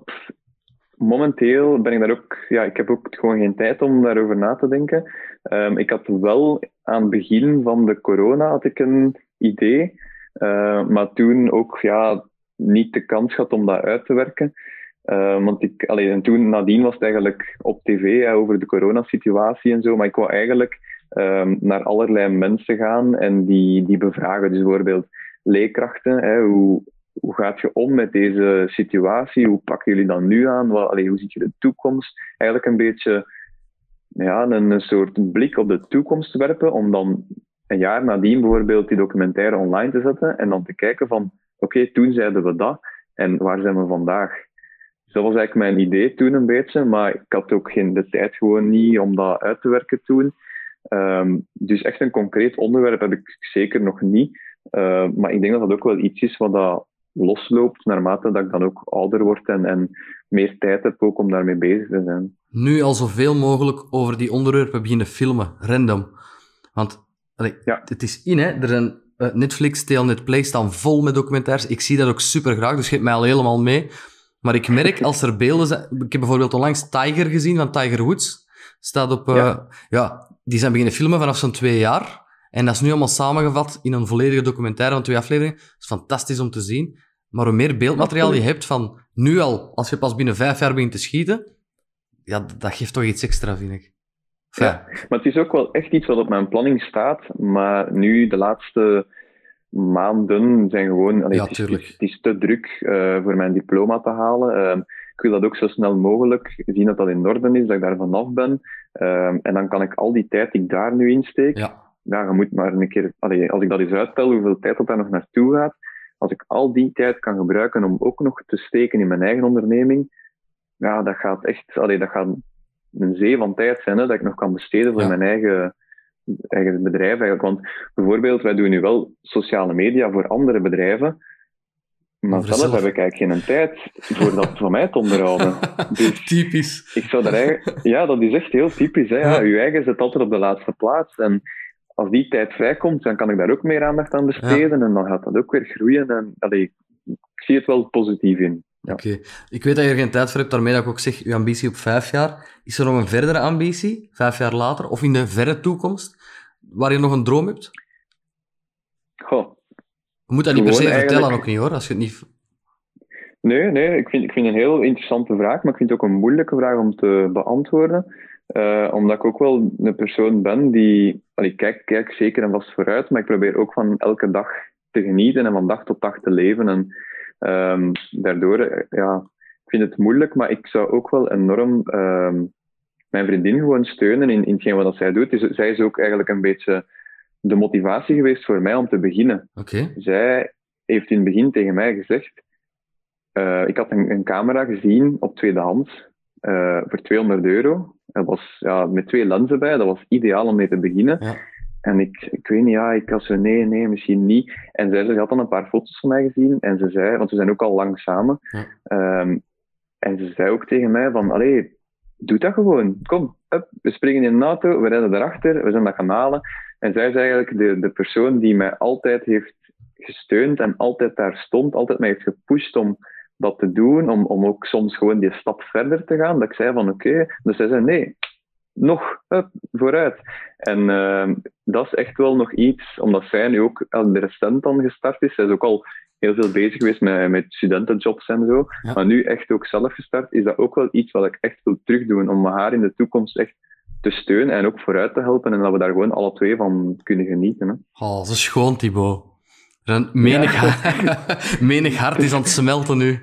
momenteel ben ik daar ook... Ja, ik heb ook gewoon geen tijd om daarover na te denken. Um, ik had wel aan het begin van de corona had ik een idee, uh, maar toen ook ja, niet de kans gehad om dat uit te werken. Uh, want ik, allee, en toen, nadien was het eigenlijk op tv hè, over de coronasituatie en zo, maar ik wou eigenlijk um, naar allerlei mensen gaan en die, die bevragen. Dus bijvoorbeeld leerkrachten, hè, hoe, hoe gaat je om met deze situatie? Hoe pakken jullie dat nu aan? Wat, allee, hoe ziet je de toekomst? Eigenlijk een beetje ja, een, een soort blik op de toekomst werpen, om dan een jaar nadien bijvoorbeeld die documentaire online te zetten en dan te kijken van, oké, okay, toen zeiden we dat en waar zijn we vandaag? Dat was eigenlijk mijn idee toen een beetje, maar ik had ook geen, de tijd gewoon niet om dat uit te werken toen. Um, dus echt een concreet onderwerp heb ik zeker nog niet. Uh, maar ik denk dat dat ook wel iets is wat dat losloopt naarmate dat ik dan ook ouder word en, en meer tijd heb ook om daarmee bezig te zijn. Nu al zoveel mogelijk over die onderwerpen beginnen filmen, random. Want allee, ja. Het is in, hè. Er zijn uh, Netflix, Telenet Play staan vol met documentaires. Ik zie dat ook super graag, dus geef mij al helemaal mee. Maar ik merk als er beelden zijn... Ik heb bijvoorbeeld onlangs Tiger gezien, van Tiger Woods. Staat op... Uh, ja. ja, die zijn beginnen filmen vanaf zo'n twee jaar. En dat is nu allemaal samengevat in een volledige documentaire van twee afleveringen. Dat is fantastisch om te zien. Maar hoe meer beeldmateriaal je hebt van nu al, als je pas binnen vijf jaar begint te schieten, ja, dat geeft toch iets extra, vind ik. Enfin. Ja, maar het is ook wel echt iets wat op mijn planning staat. Maar nu, de laatste maanden zijn gewoon... Allee, Ja, het, is, tuurlijk. het is te druk uh, voor mijn diploma te halen. Uh, ik wil dat ook zo snel mogelijk zien dat dat in orde is, dat ik daar vanaf ben. Uh, en dan kan ik al die tijd die ik daar nu insteek... Ja. Ja, je moet maar een keer... Allee, als ik dat eens uittel, hoeveel tijd dat daar nog naartoe gaat... Als ik al die tijd kan gebruiken om ook nog te steken in mijn eigen onderneming... Ja, dat gaat echt... Allee, dat gaat een zee van tijd zijn, hè, dat ik nog kan besteden voor ja. mijn eigen... eigen bedrijf eigenlijk. Want bijvoorbeeld, wij doen nu wel sociale media voor andere bedrijven, maar zelf, zelf heb ik eigenlijk geen tijd voor dat van mij te onderhouden. Dus typisch. Ik zou daar eigenlijk... Ja, dat is echt heel typisch. Hè? Ja, je eigen zit altijd op de laatste plaats. En als die tijd vrijkomt, dan kan ik daar ook meer aandacht aan besteden ja. en dan gaat dat ook weer groeien. En, allee, ik zie het wel positief in. Ja. Oké. Okay. Ik weet dat je er geen tijd voor hebt, daarmee dat ik ook zeg, je ambitie op vijf jaar. Is er nog een verdere ambitie, vijf jaar later, of in de verre toekomst, waar je nog een droom hebt? Goh. Je moet dat niet per se vertellen eigenlijk... ook niet, hoor, als je het niet... Nee, nee, ik vind, ik vind het een heel interessante vraag, maar ik vind het ook een moeilijke vraag om te beantwoorden. Uh, omdat ik ook wel een persoon ben die... Allee, ik kijk, kijk zeker en vast vooruit, maar ik probeer ook van elke dag te genieten en van dag tot dag te leven. En um, daardoor, ja, ik vind het moeilijk, maar ik zou ook wel enorm um, mijn vriendin gewoon steunen in, in hetgeen wat zij doet. Dus, zij is ook eigenlijk een beetje de motivatie geweest voor mij om te beginnen. Okay. Zij heeft in het begin tegen mij gezegd... Uh, ik had een, een camera gezien op tweedehands uh, voor tweehonderd euro. Dat was ja, met twee lenzen bij, dat was ideaal om mee te beginnen. Ja. En ik, ik weet niet, ja, ik had zo, nee, nee, misschien niet. En zij, ze had dan een paar foto's van mij gezien en ze zei, want we zijn ook al lang samen, ja. um, en ze zei ook tegen mij van, allee, doe dat gewoon. Kom, up, we springen in een auto, we rijden daarachter, we zijn dat gaan halen. En zij is eigenlijk de, de persoon die mij altijd heeft gesteund en altijd daar stond, altijd mij heeft gepusht om dat te doen, om, om ook soms gewoon die stap verder te gaan. Dat ik zei van oké, okay. Dus zij zei nee, nog, up, vooruit. En uh, dat is echt wel nog iets, omdat zij nu ook al recent dan gestart is. Zij is ook al heel veel bezig geweest met, met studentenjobs en zo. Ja. Maar nu echt ook zelf gestart, is dat ook wel iets wat ik echt wil terugdoen, om haar in de toekomst echt te steunen en ook vooruit te helpen en dat we daar gewoon alle twee van kunnen genieten. Hè. Oh, dat is schoon, Thibaut. Menig, ja. hart, menig hart is aan het smelten nu.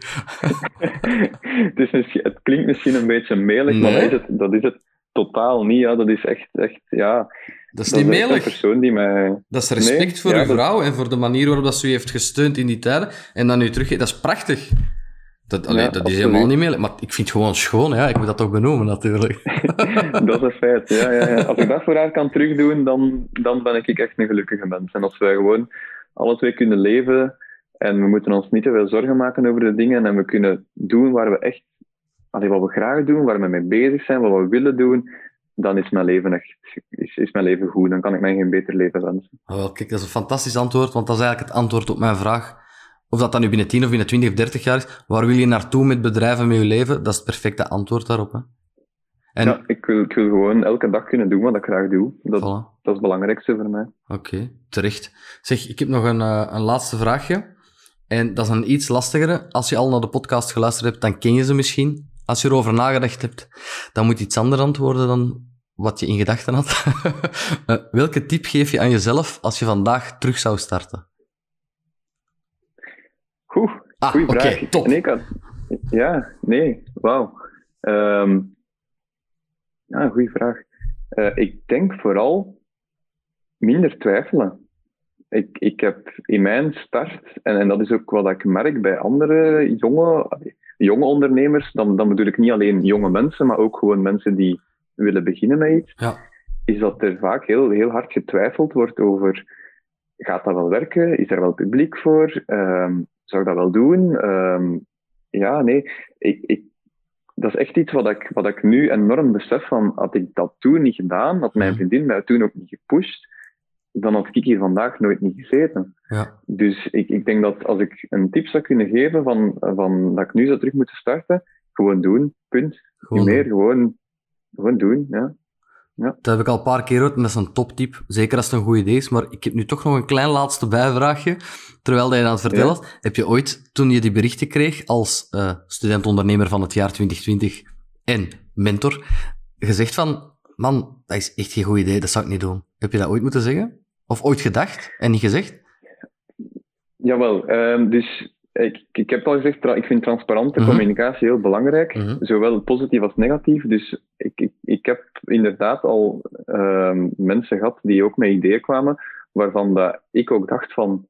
het, is misschien, het klinkt misschien een beetje melig, nee. maar dat is, het, dat is het totaal niet. Ja. Dat is echt, echt ja... Dat is niet dat is melig. Persoon die mij... Dat is respect nee, voor ja, uw vrouw dat... en voor de manier waarop dat ze u heeft gesteund in die tijden. En dan nu terug... Dat is prachtig. Dat, allee, ja, dat is helemaal niet melig. Maar ik vind het gewoon schoon. Ja. Ik moet dat toch benoemen, natuurlijk. Dat is een feit, ja, ja, ja. Als ik dat voor haar kan terugdoen, dan, dan ben ik echt een gelukkige mens. En als wij gewoon alle twee kunnen leven en we moeten ons niet te veel zorgen maken over de dingen en we kunnen doen waar we echt, allee, wat we graag doen, waar we mee bezig zijn, wat we willen doen, dan is mijn leven echt, is, is mijn leven goed. Dan kan ik mij geen beter leven wensen. Oh, wel, kijk, dat is een fantastisch antwoord, want dat is eigenlijk het antwoord op mijn vraag. Of dat dan nu binnen tien of binnen twintig of dertig jaar is, waar wil je naartoe met bedrijven, met je leven? Dat is het perfecte antwoord daarop. Hè? En... Ja, ik wil, ik wil gewoon elke dag kunnen doen wat ik graag doe. Dat, voilà. dat is het belangrijkste voor mij. Oké, okay, terecht. Zeg, ik heb nog een, uh, een laatste vraagje. En dat is een iets lastigere. Als je al naar de podcast geluisterd hebt, dan ken je ze misschien. Als je erover nagedacht hebt, dan moet iets anders antwoorden dan wat je in gedachten had. uh, welke tip geef je aan jezelf als je vandaag terug zou starten? Goed, ah, goeie okay, vraag. Top. Nee, kan... Ja, nee, wauw. Um... Ja, goede vraag. Uh, ik denk vooral minder twijfelen. Ik, ik heb in mijn start, en, en dat is ook wat ik merk bij andere jonge, jonge ondernemers, dan, dan bedoel ik niet alleen jonge mensen, maar ook gewoon mensen die willen beginnen met iets, ja. is dat er vaak heel, heel hard getwijfeld wordt over, gaat dat wel werken? Is er wel publiek voor? Um, zou ik dat wel doen? Um, ja, nee. Ik, ik Dat is echt iets wat ik, wat ik nu enorm besef van, had ik dat toen niet gedaan, had mijn vriendin mij toen ook niet gepusht, dan had ik hier vandaag nooit niet gezeten. Ja. Dus ik, ik denk dat als ik een tip zou kunnen geven van, van dat ik nu zou terug moeten starten, gewoon doen, punt. Niet meer, gewoon, gewoon doen, ja. Ja. Dat heb ik al een paar keer gehoord en dat is een toptip. Zeker als het een goed idee is. Maar ik heb nu toch nog een klein laatste bijvraagje. Terwijl dat je aan het vertellen was, ja. Heb je ooit, toen je die berichten kreeg als uh, student-ondernemer van het jaar twintig twintig en mentor, gezegd van, man, dat is echt geen goed idee, dat zou ik niet doen. Heb je dat ooit moeten zeggen? Of ooit gedacht en niet gezegd? Jawel, um, dus ik, ik heb al gezegd, tra- ik vind transparante Mm-hmm. communicatie heel belangrijk, Mm-hmm. zowel positief als negatief. Dus ik, ik, ik heb inderdaad al um, mensen gehad die ook met ideeën kwamen, waarvan dat ik ook dacht van,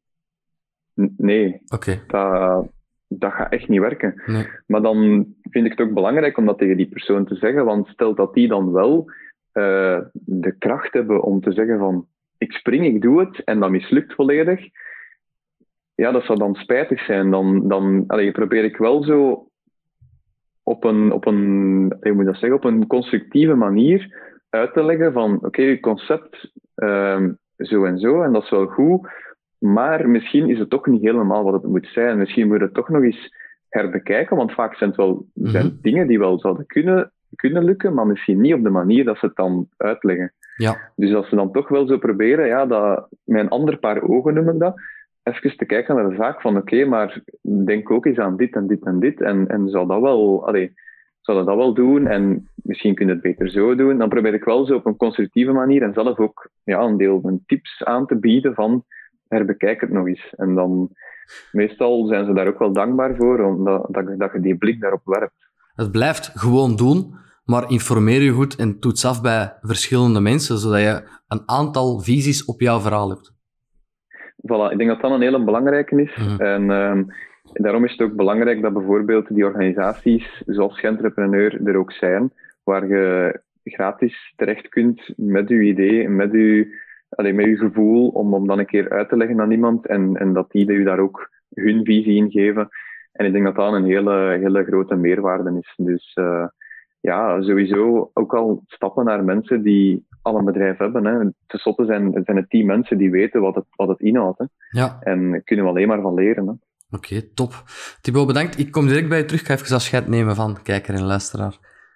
nee, okay. dat, dat gaat echt niet werken. Nee. Maar dan vind ik het ook belangrijk om dat tegen die persoon te zeggen, want stel dat die dan wel uh, de kracht hebben om te zeggen van, ik spring, ik doe het, en dat mislukt volledig, ja, dat zou dan spijtig zijn. Dan, dan allee, probeer ik wel zo op een, op een, hoe moet dat zeggen, op een constructieve manier uit te leggen van, oké, okay, je concept uh, zo en zo, en dat is wel goed, maar misschien is het toch niet helemaal wat het moet zijn. Misschien moet je het toch nog eens herbekijken, want vaak zijn het wel Mm-hmm. zijn dingen die wel zouden kunnen, kunnen lukken, maar misschien niet op de manier dat ze het dan uitleggen. Ja. Dus als ze dan toch wel zo proberen, ja, dat, met een ander paar ogen noem ik dat, even te kijken naar de zaak van oké, okay, maar denk ook eens aan dit en dit en dit, en, en zou dat wel, allee, zou dat wel doen, en misschien kun je het beter zo doen. Dan probeer ik wel zo op een constructieve manier en zelf ook ja, een deel van tips aan te bieden van herbekijk het nog eens. En dan, meestal zijn ze daar ook wel dankbaar voor, omdat dat, dat je die blik daarop werpt. Het blijft gewoon doen, maar informeer je goed en toets af bij verschillende mensen, zodat je een aantal visies op jouw verhaal hebt. Voilà, ik denk dat dat een hele belangrijke is. Mm-hmm. En um, daarom is het ook belangrijk dat bijvoorbeeld die organisaties, zoals Gentrepreneur, er ook zijn, waar je gratis terecht kunt met je idee, met je, allee, met je gevoel, om, om dan een keer uit te leggen aan iemand, en, en dat die je daar ook hun visie in geven. En ik denk dat dat een hele, hele grote meerwaarde is. Dus uh, ja, sowieso ook al stappen naar mensen die al een bedrijf hebben. Hè. Ten slotte zijn, zijn het die mensen die weten wat het, wat het inhoudt. Hè. Ja. En daar kunnen we alleen maar van leren. Oké, okay, top. Thibaut, bedankt. Ik kom direct bij je terug. Ik ga even afscheid nemen van kijker en luisteraar.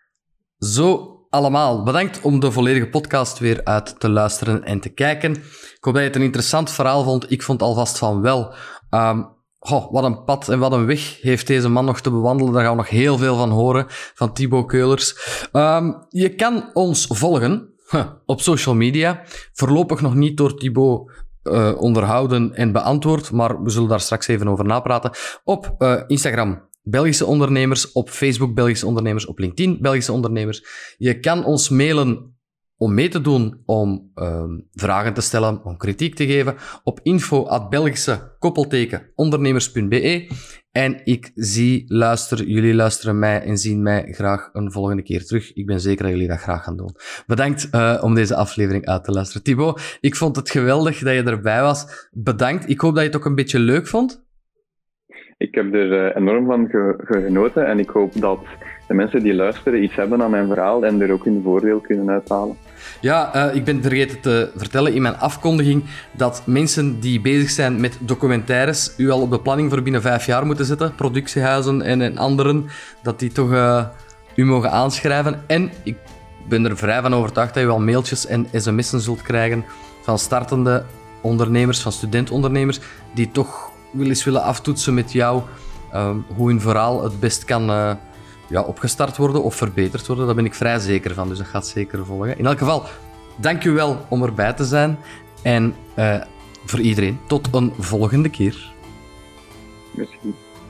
Zo allemaal. Bedankt om de volledige podcast weer uit te luisteren en te kijken. Ik hoop dat je het een interessant verhaal vond. Ik vond alvast van wel. Um, Oh, wat een pad en wat een weg heeft deze man nog te bewandelen. Daar gaan we nog heel veel van horen, van Thibaut Keulers. Um, je kan ons volgen huh, op social media. Voorlopig nog niet door Thibaut uh, onderhouden en beantwoord, maar we zullen daar straks even over napraten. Op uh, Instagram, Belgische Ondernemers. Op Facebook, Belgische Ondernemers. Op LinkedIn, Belgische Ondernemers. Je kan ons mailen om mee te doen, om um, vragen te stellen, om kritiek te geven, op info at belgische koppelteken ondernemers punt b e. En ik zie, luister, jullie luisteren mij en zien mij graag een volgende keer terug. Ik ben zeker dat jullie dat graag gaan doen. Bedankt uh, om deze aflevering uit te luisteren. Thibaut, ik vond het geweldig dat je erbij was. Bedankt. Ik hoop dat je het ook een beetje leuk vond. Ik heb er uh, enorm van ge- genoten en ik hoop dat de mensen die luisteren iets hebben aan mijn verhaal en er ook hun voordeel kunnen uithalen. Ja, uh, ik ben vergeten te vertellen in mijn afkondiging dat mensen die bezig zijn met documentaires u al op de planning voor binnen vijf jaar moeten zetten, productiehuizen en, en anderen, dat die toch uh, u mogen aanschrijven. En ik ben er vrij van overtuigd dat je wel mailtjes en sms'en zult krijgen van startende ondernemers, van studentondernemers, die toch wel eens willen aftoetsen met jou uh, hoe hun verhaal het best kan uh, ja, opgestart worden of verbeterd worden. Daar ben ik vrij zeker van, dus dat gaat zeker volgen. In elk geval, dank u wel om erbij te zijn. En uh, voor iedereen, tot een volgende keer. Merci.